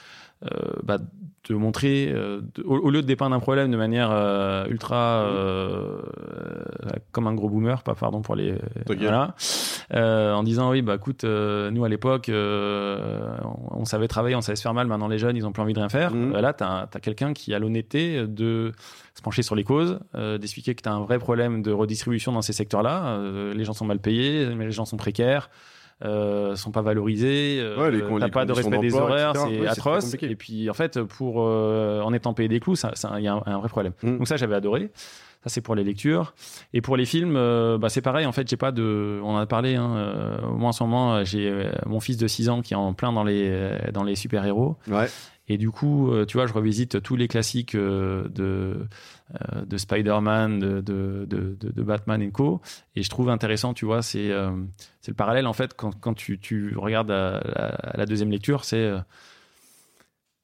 de montrer, au lieu de dépeindre un problème de manière ultra comme un gros boomer, pas pardon pour les voilà, en disant oui écoute, nous à l'époque on savait travailler, on savait se faire mal, maintenant les jeunes ils ont plus envie de rien faire. Là t'as quelqu'un qui a l'honnêteté de se pencher sur les causes, d'expliquer que t'as un vrai problème de redistribution dans ces secteurs-là, les gens sont mal payés, mais les gens sont précaires, sont pas valorisés, t'as pas de respect des horaires, c'est atroce. Et puis en fait, en étant payé des clous, il y a un vrai problème. Donc ça, j'avais adoré. Ça, c'est pour les lectures. Et pour les films, c'est pareil. En fait, j'ai pas de. On en a parlé. Moi, en ce moment, j'ai mon fils de 6 ans qui est en plein dans les super-héros. Ouais. Et du coup, tu vois, je revisite tous les classiques de Spider-Man, de Batman et co. Et je trouve intéressant, tu vois, c'est le parallèle, en fait, quand tu regardes à la deuxième lecture, c'est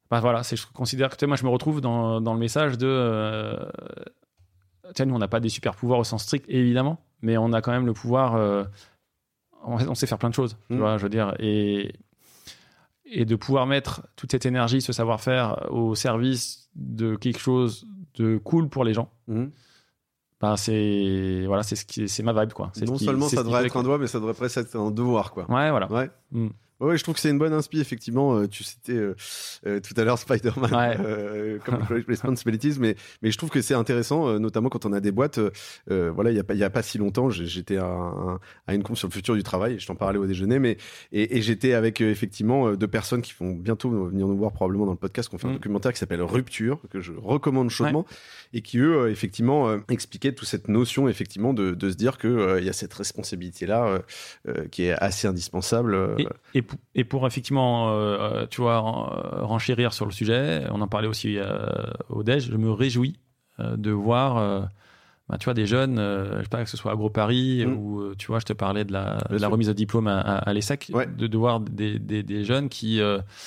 Bah voilà, je considère que moi je me retrouve dans le message de nous on n'a pas des super pouvoirs au sens strict évidemment, mais on a quand même le pouvoir, on sait faire plein de choses, tu vois, je veux dire, et de pouvoir mettre toute cette énergie, ce savoir-faire au service de quelque chose de cool pour les gens. Bah c'est ma vibe, quoi. Non seulement ça devrait être un doigt, mais ça devrait presque être un devoir, quoi. Ouais, voilà. Ouais. Ouais, je trouve que c'est une bonne inspi, effectivement. Tu citais tout à l'heure Spider-Man comme Responsibilities, mais je trouve que c'est intéressant, notamment quand on a des boîtes. Voilà, il y a pas si longtemps, j'étais à une conf sur le futur du travail, je t'en parlais au déjeuner, mais et j'étais avec effectivement 2 personnes qui vont bientôt venir nous voir probablement dans le podcast, qu'on fait un documentaire qui s'appelle Rupture, que je recommande chaudement, et qui eux effectivement expliquaient toute cette notion effectivement de se dire que il y a cette responsabilité là qui est assez indispensable. Et pour effectivement, tu vois, renchérir sur le sujet, on en parlait aussi au Déj, je me réjouis de voir tu vois, des jeunes, je sais pas, que ce soit AgroParis ou, tu vois, je te parlais de la remise de diplôme à l'ESSEC, de voir des jeunes qui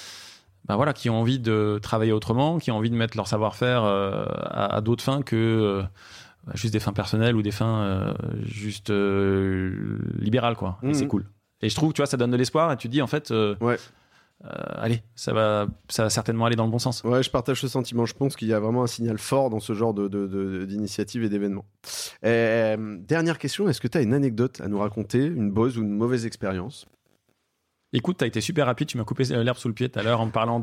ont envie de travailler autrement, qui ont envie de mettre leur savoir-faire à d'autres fins que juste des fins personnelles ou des fins juste libérales, quoi. Et c'est cool. Et je trouve, tu vois, ça donne de l'espoir et tu te dis, en fait, allez, ça va certainement aller dans le bon sens. Ouais, je partage ce sentiment. Je pense qu'il y a vraiment un signal fort dans ce genre d'initiative et d'événements. Dernière question, est-ce que tu as une anecdote à nous raconter, une bonne ou une mauvaise expérience ? Écoute, tu as été super rapide, tu m'as coupé l'herbe sous le pied tout à l'heure en me parlant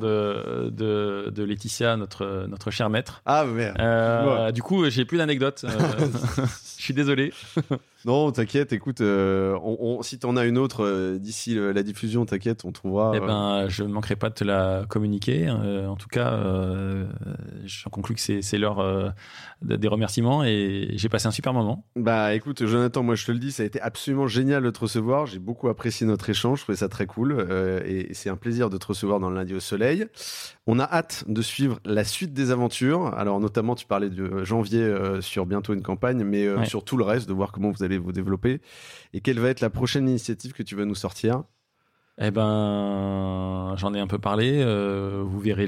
de Laetitia, notre chère maître. Ah merde. Du coup, j'ai plus d'anecdotes. Je suis désolé. Non, t'inquiète, écoute, si t'en as une autre d'ici la diffusion, t'inquiète, on trouvera. Je ne manquerai pas de te la communiquer. En tout cas, j'en conclus que c'est l'heure des remerciements et j'ai passé un super moment. Bah écoute, Jonathan, moi je te le dis, ça a été absolument génial de te recevoir. J'ai beaucoup apprécié notre échange, je trouvais ça très cool et c'est un plaisir de te recevoir dans le Lundi au Soleil. On a hâte de suivre la suite des aventures. Alors notamment, tu parlais de janvier sur bientôt une campagne, mais sur tout le reste, de voir comment vous allez vous développer et quelle va être la prochaine initiative que tu vas nous sortir. Eh ben, j'en ai un peu parlé. Vous verrez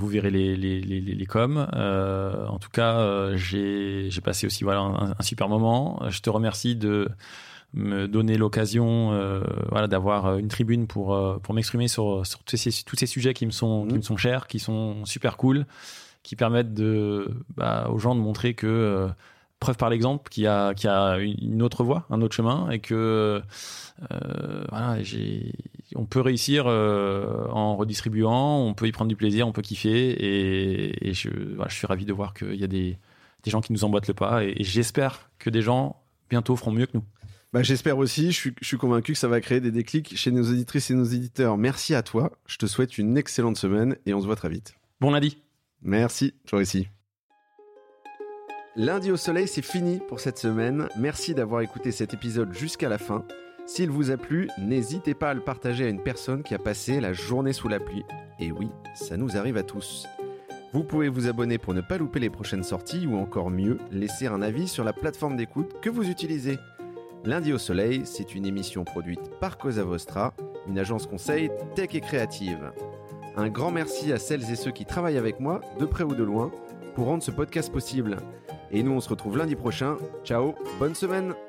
les coms. En tout cas, j'ai passé aussi un super moment. Je te remercie de me donner l'occasion d'avoir une tribune pour m'exprimer sur tous ces sujets qui me sont chers, qui sont super cool, qui permettent aux gens de montrer que preuve par l'exemple qu'il y a une autre voie, un autre chemin, et que on peut réussir en redistribuant, on peut y prendre du plaisir, on peut kiffer, et je suis ravi de voir qu'il y a des gens qui nous emboîtent le pas, et j'espère que des gens bientôt feront mieux que nous. Bah, j'espère aussi, je suis convaincu que ça va créer des déclics chez nos auditrices et nos éditeurs. Merci à toi, je te souhaite une excellente semaine et on se voit très vite. Bon lundi. Merci, toi aussi. Lundi au Soleil, c'est fini pour cette semaine. Merci d'avoir écouté cet épisode jusqu'à la fin. S'il vous a plu, n'hésitez pas à le partager à une personne qui a passé la journée sous la pluie. Et oui, ça nous arrive à tous. Vous pouvez vous abonner pour ne pas louper les prochaines sorties ou encore mieux, laisser un avis sur la plateforme d'écoute que vous utilisez. Lundi au Soleil, c'est une émission produite par Cosa Vostra, une agence conseil tech et créative. Un grand merci à celles et ceux qui travaillent avec moi, de près ou de loin, pour rendre ce podcast possible. Et nous, on se retrouve lundi prochain. Ciao, bonne semaine!